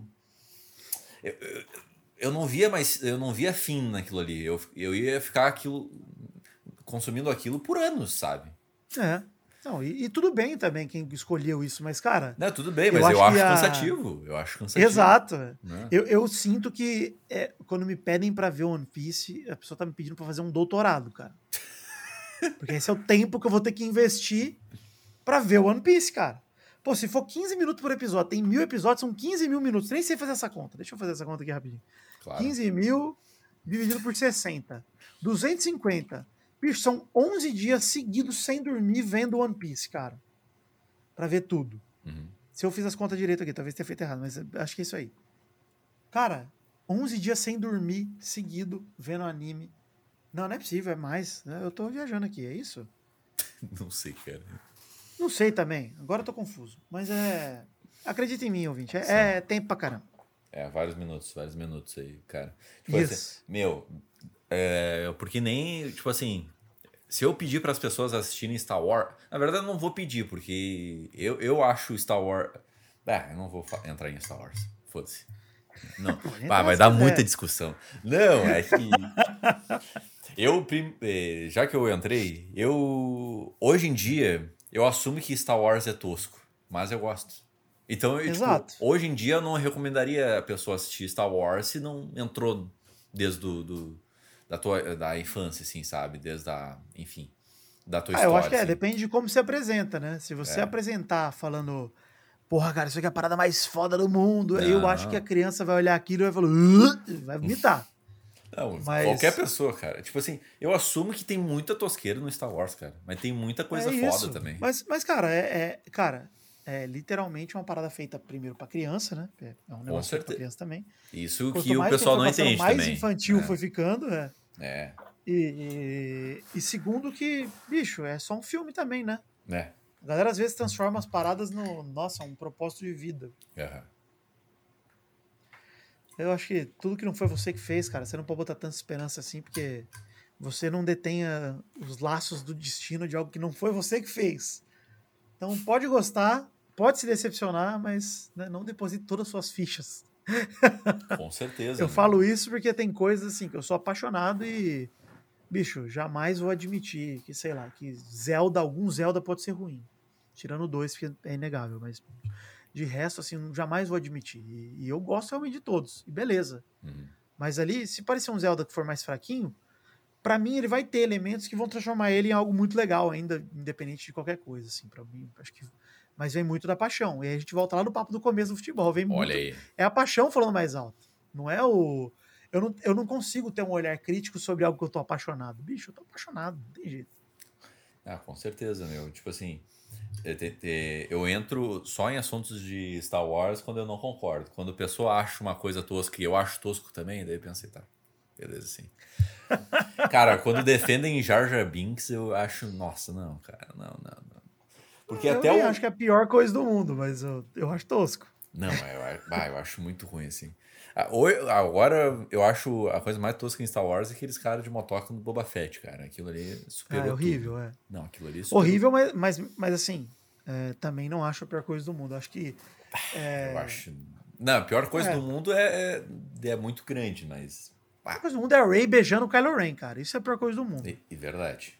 Eu não via fim naquilo ali. Eu ia ficar consumindo aquilo por anos, sabe? Não, e tudo bem também quem escolheu isso, mas, cara... Não, tudo bem, mas eu acho cansativo. Eu acho cansativo. Exato. Né? Eu sinto que quando me pedem pra ver One Piece, a pessoa tá me pedindo pra fazer um doutorado, cara. Porque esse é o tempo que eu vou ter que investir pra ver One Piece, cara. Pô, se for 15 minutos por episódio, tem 1000 episódios, são 15 mil minutos. Nem sei fazer essa conta. Deixa eu fazer essa conta aqui rapidinho. Claro. 15 mil dividido por 60. 250. Bicho, são 11 dias seguidos sem dormir vendo One Piece, cara. Pra ver tudo. Uhum. Se eu fiz as contas direito aqui, talvez tenha feito errado, mas acho que é isso aí. Cara, 11 dias sem dormir, seguido, vendo anime. Não, não é possível, é mais. Eu tô viajando aqui, é isso? Não sei, cara. Não sei também, agora eu tô confuso. Mas acredita em mim, ouvinte, é tempo pra caramba. Vários minutos aí, cara. Tipo Isso. assim, meu, porque nem, tipo assim, se eu pedir para as pessoas assistirem Star Wars, na verdade eu não vou pedir, porque eu acho Star Wars... eu não vou entrar em Star Wars, foda-se. Não, vai dar muita discussão. Não, é que... já que eu entrei, hoje em dia, eu assumo que Star Wars é tosco, mas eu gosto. Então, tipo, hoje em dia eu não recomendaria a pessoa assistir Star Wars se não entrou desde da infância, assim, sabe? Desde enfim, da tua história. Eu acho que assim. Depende de como você apresenta, né? Se você apresentar falando, porra, cara, isso aqui é a parada mais foda do mundo, eu acho que a criança vai olhar aquilo e vai falar, vai vomitar. Não, qualquer pessoa, cara. Tipo assim, eu assumo que tem muita tosqueira no Star Wars, cara. Mas tem muita coisa foda também. Mas cara, é literalmente uma parada feita primeiro pra criança, né? É um negócio feito pra criança também. Isso que o pessoal não entende também. Mais infantil foi ficando, É. E segundo que, bicho, é só um filme também, né? É. A galera às vezes transforma as paradas um propósito de vida. Uhum. Eu acho que tudo que não foi você que fez, cara, você não pode botar tanta esperança assim, porque você não detenha os laços do destino de algo que não foi você que fez. Então pode gostar, pode se decepcionar, mas não deposite todas as suas fichas. Com certeza. Eu falo isso porque tem coisas assim que eu sou apaixonado e, bicho, jamais vou admitir que, sei lá, que algum Zelda pode ser ruim. Tirando 2, que é inegável, mas de resto, assim, jamais vou admitir. E eu gosto realmente de todos, e beleza. Uhum. Mas ali, se parecer um Zelda que for mais fraquinho, pra mim ele vai ter elementos que vão transformar ele em algo muito legal ainda, independente de qualquer coisa, assim, pra mim, acho que... Mas vem muito da paixão. E aí a gente volta lá no papo do começo do futebol. Olha aí. É a paixão falando mais alto. Não é o... Eu não consigo ter um olhar crítico sobre algo que eu tô apaixonado. Bicho, eu tô apaixonado, não tem jeito. Com certeza, meu. Tipo assim, eu entro só em assuntos de Star Wars quando eu não concordo. Quando a pessoa acha uma coisa tosca e eu acho tosco também, daí eu pensei, tá, beleza, sim. Cara, quando defendem Jar Jar Binks, eu acho, nossa, não, cara, não. Porque eu acho que é a pior coisa do mundo, mas eu acho tosco. Não, eu acho muito ruim, assim. Agora, eu acho a coisa mais tosca em Star Wars é aqueles caras de motoca no Boba Fett, cara. Aquilo ali superou horrível, tudo. Não, aquilo ali superou. Horrível, mas assim, também não acho a pior coisa do mundo. Acho que... Eu acho... Não, a pior coisa do mundo é muito grande, mas... A pior coisa do mundo é a Rey beijando o Kylo Ren, cara. Isso é a pior coisa do mundo. Verdade.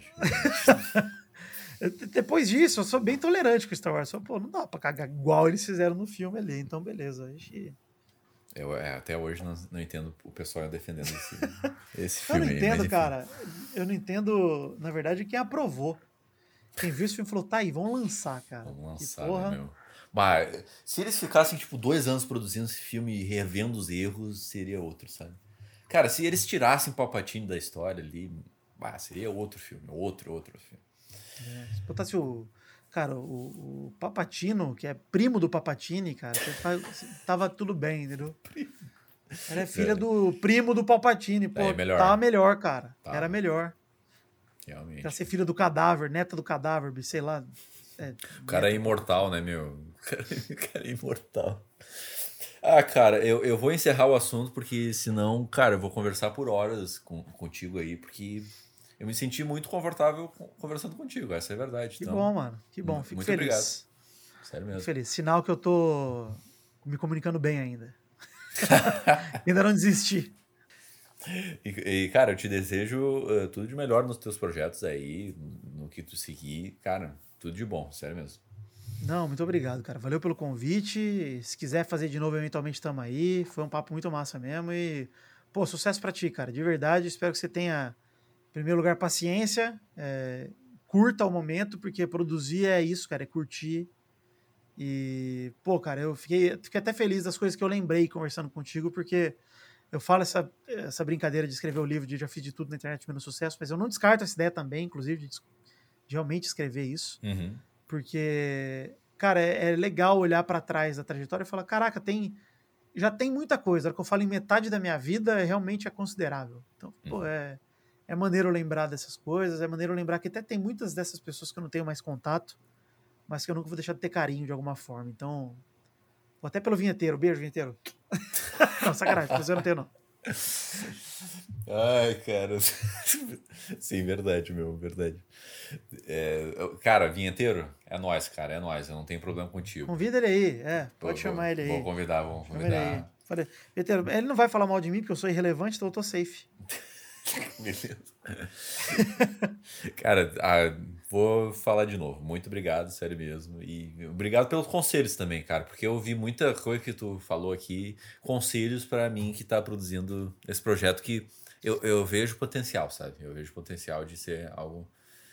Depois disso, eu sou bem tolerante com Star Wars. Pô, não dá pra cagar igual eles fizeram no filme ali. Então, beleza. Eu até hoje não entendo o pessoal defendendo esse filme. Eu não entendo, cara. Eu não entendo, na verdade, quem aprovou. Quem viu esse filme falou, tá aí, vamos lançar, cara. Vamos lançar, né, meu? Mas se eles ficassem, tipo, 2 anos produzindo esse filme e revendo os erros, seria outro, sabe? Cara, se eles tirassem Palpatine da história ali, seria outro filme. Outro filme. Se botasse o Papatino, que é primo do Palpatine, cara, tava tudo bem, entendeu? Ela é filha do primo do Palpatine, pô, tava melhor, cara. Era melhor. Realmente. Pra ser filha do cadáver, neta do cadáver, sei lá. O cara é imortal, né, meu? O cara é imortal. Cara, eu vou encerrar o assunto, porque senão, cara, eu vou conversar por horas contigo aí, porque... Eu me senti muito confortável conversando contigo, essa é a verdade. Que bom, mano. Que bom, fico feliz. Obrigado. Sério mesmo. Fico feliz. Sinal que eu tô me comunicando bem ainda. Ainda não desisti. E, cara, eu te desejo tudo de melhor nos teus projetos aí, no que tu seguir. Cara, tudo de bom, sério mesmo. Não, muito obrigado, cara. Valeu pelo convite. Se quiser fazer de novo, eventualmente estamos aí. Foi um papo muito massa mesmo. E, pô, sucesso pra ti, cara. De verdade, espero que você tenha... Em primeiro lugar, paciência, curta o momento, porque produzir é isso, cara, é curtir. E, pô, cara, eu fiquei até feliz das coisas que eu lembrei conversando contigo, porque eu falo essa brincadeira de escrever o livro de já fiz de tudo na internet menos sucesso, mas eu não descarto essa ideia também, inclusive, de realmente escrever isso, porque, cara, é legal olhar pra trás da trajetória e falar, caraca, já tem muita coisa. A hora que eu falo em metade da minha vida, realmente é considerável. Então, pô, é maneiro lembrar dessas coisas, é maneiro lembrar que até tem muitas dessas pessoas que eu não tenho mais contato, mas que eu nunca vou deixar de ter carinho de alguma forma. Então, até pelo vinheteiro. Beijo, vinheteiro. Não, sacanagem, você não tem, não. Ai, cara. Sim, verdade, meu, verdade. Cara, vinheteiro, é nóis, cara, é nóis. Eu não tenho problema contigo. Convida ele aí, pode chamar ele aí. Vamos convidar. Vinheteiro, ele não vai falar mal de mim, porque eu sou irrelevante, então eu tô safe. Beleza. Cara, vou falar de novo. Muito obrigado, sério mesmo. E obrigado pelos conselhos também, cara, porque eu ouvi muita coisa que tu falou aqui, conselhos pra mim que tá produzindo esse projeto que eu vejo potencial, sabe? Eu vejo potencial de ser algo.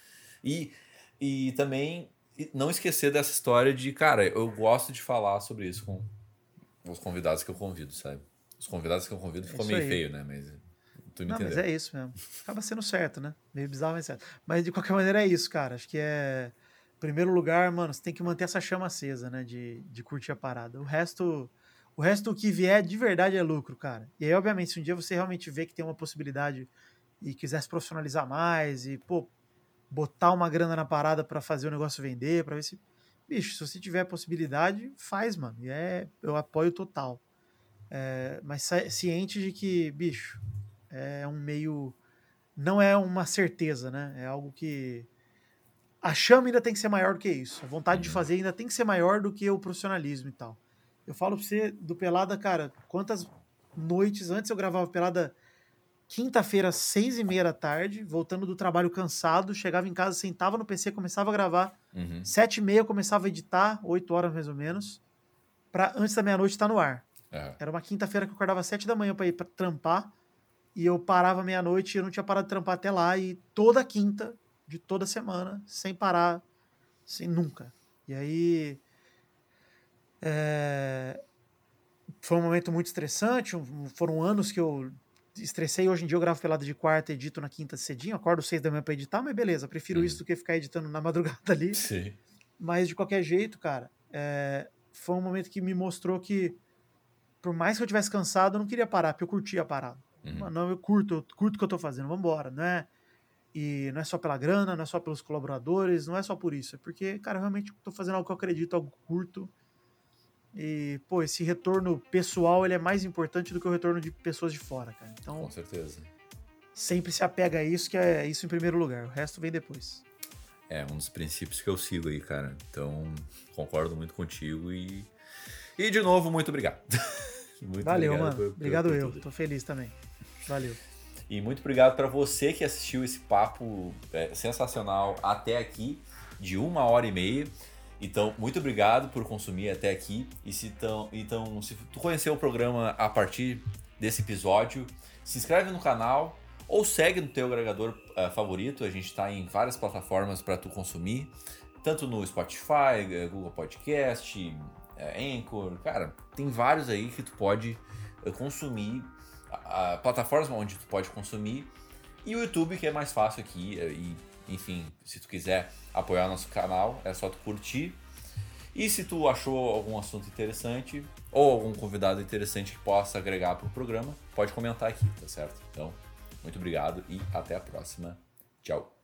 E também não esquecer dessa história de, cara, eu gosto de falar sobre isso com os convidados que eu convido, sabe? Os convidados que eu convido ficou meio feio, né? Mas tu me entendeu. Mas é isso mesmo. Acaba sendo certo, né? Meio bizarro, mas certo. Mas de qualquer maneira é isso, cara. Acho que em primeiro lugar, mano, você tem que manter essa chama acesa, né? De curtir a parada. O resto que vier de verdade é lucro, cara. E aí, obviamente, se um dia você realmente vê que tem uma possibilidade e quiser se profissionalizar mais e, pô, botar uma grana na parada pra fazer o negócio vender, pra ver se... Bicho, se você tiver possibilidade, faz, mano. E eu apoio total. Mas ciente de que, bicho, é um meio... Não é uma certeza, né? É algo que... A chama ainda tem que ser maior do que isso. A vontade de fazer ainda tem que ser maior do que o profissionalismo e tal. Eu falo pra você, do Pelada, cara, quantas noites antes eu gravava Pelada quinta-feira, 6:30 da tarde, voltando do trabalho cansado, chegava em casa, sentava no PC, começava a gravar, 7:30 eu começava a editar, 8 horas mais ou menos, pra antes da meia-noite estar no ar. Era uma quinta-feira que eu acordava às 7 da manhã pra ir pra trampar, e eu parava meia-noite e eu não tinha parado de trampar até lá, e toda quinta, de toda semana, sem parar, sem nunca. E aí... Foi um momento muito estressante, foram anos que eu estressei. Hoje em dia eu gravo Pelada de quarta, edito na quinta cedinho, acordo 6 da manhã pra editar, mas beleza, prefiro isso do que ficar editando na madrugada ali. Sim. Mas de qualquer jeito, cara, foi um momento que me mostrou que, por mais que eu tivesse cansado, eu não queria parar, porque eu curtia a parada. Mano, eu curto o que eu tô fazendo, vambora, né? E não é só pela grana, não é só pelos colaboradores, não é só por isso, é porque, cara, realmente tô fazendo algo que eu acredito, algo curto. E, pô, esse retorno pessoal, ele é mais importante do que o retorno de pessoas de fora, cara. Então, com certeza. Sempre se apega a isso, que é isso em primeiro lugar. O resto vem depois. É um dos princípios que eu sigo aí, cara. Então, concordo muito contigo e de novo, muito obrigado. Muito Valeu, obrigado mano. Obrigado eu. Tô feliz também. Valeu. E muito obrigado para você que assistiu esse papo sensacional até aqui, de 1h30. Então, muito obrigado por consumir até aqui. E se tu conheceu o programa a partir desse episódio, se inscreve no canal ou segue no teu agregador favorito. A gente está em várias plataformas para tu consumir, tanto no Spotify, Google Podcast, Anchor. Cara, tem vários aí que tu pode consumir, plataformas onde tu pode consumir, e o YouTube, que é mais fácil aqui. Enfim, se tu quiser apoiar nosso canal, é só tu curtir. E se tu achou algum assunto interessante ou algum convidado interessante que possa agregar para o programa, pode comentar aqui, tá certo? Então, muito obrigado e até a próxima. Tchau.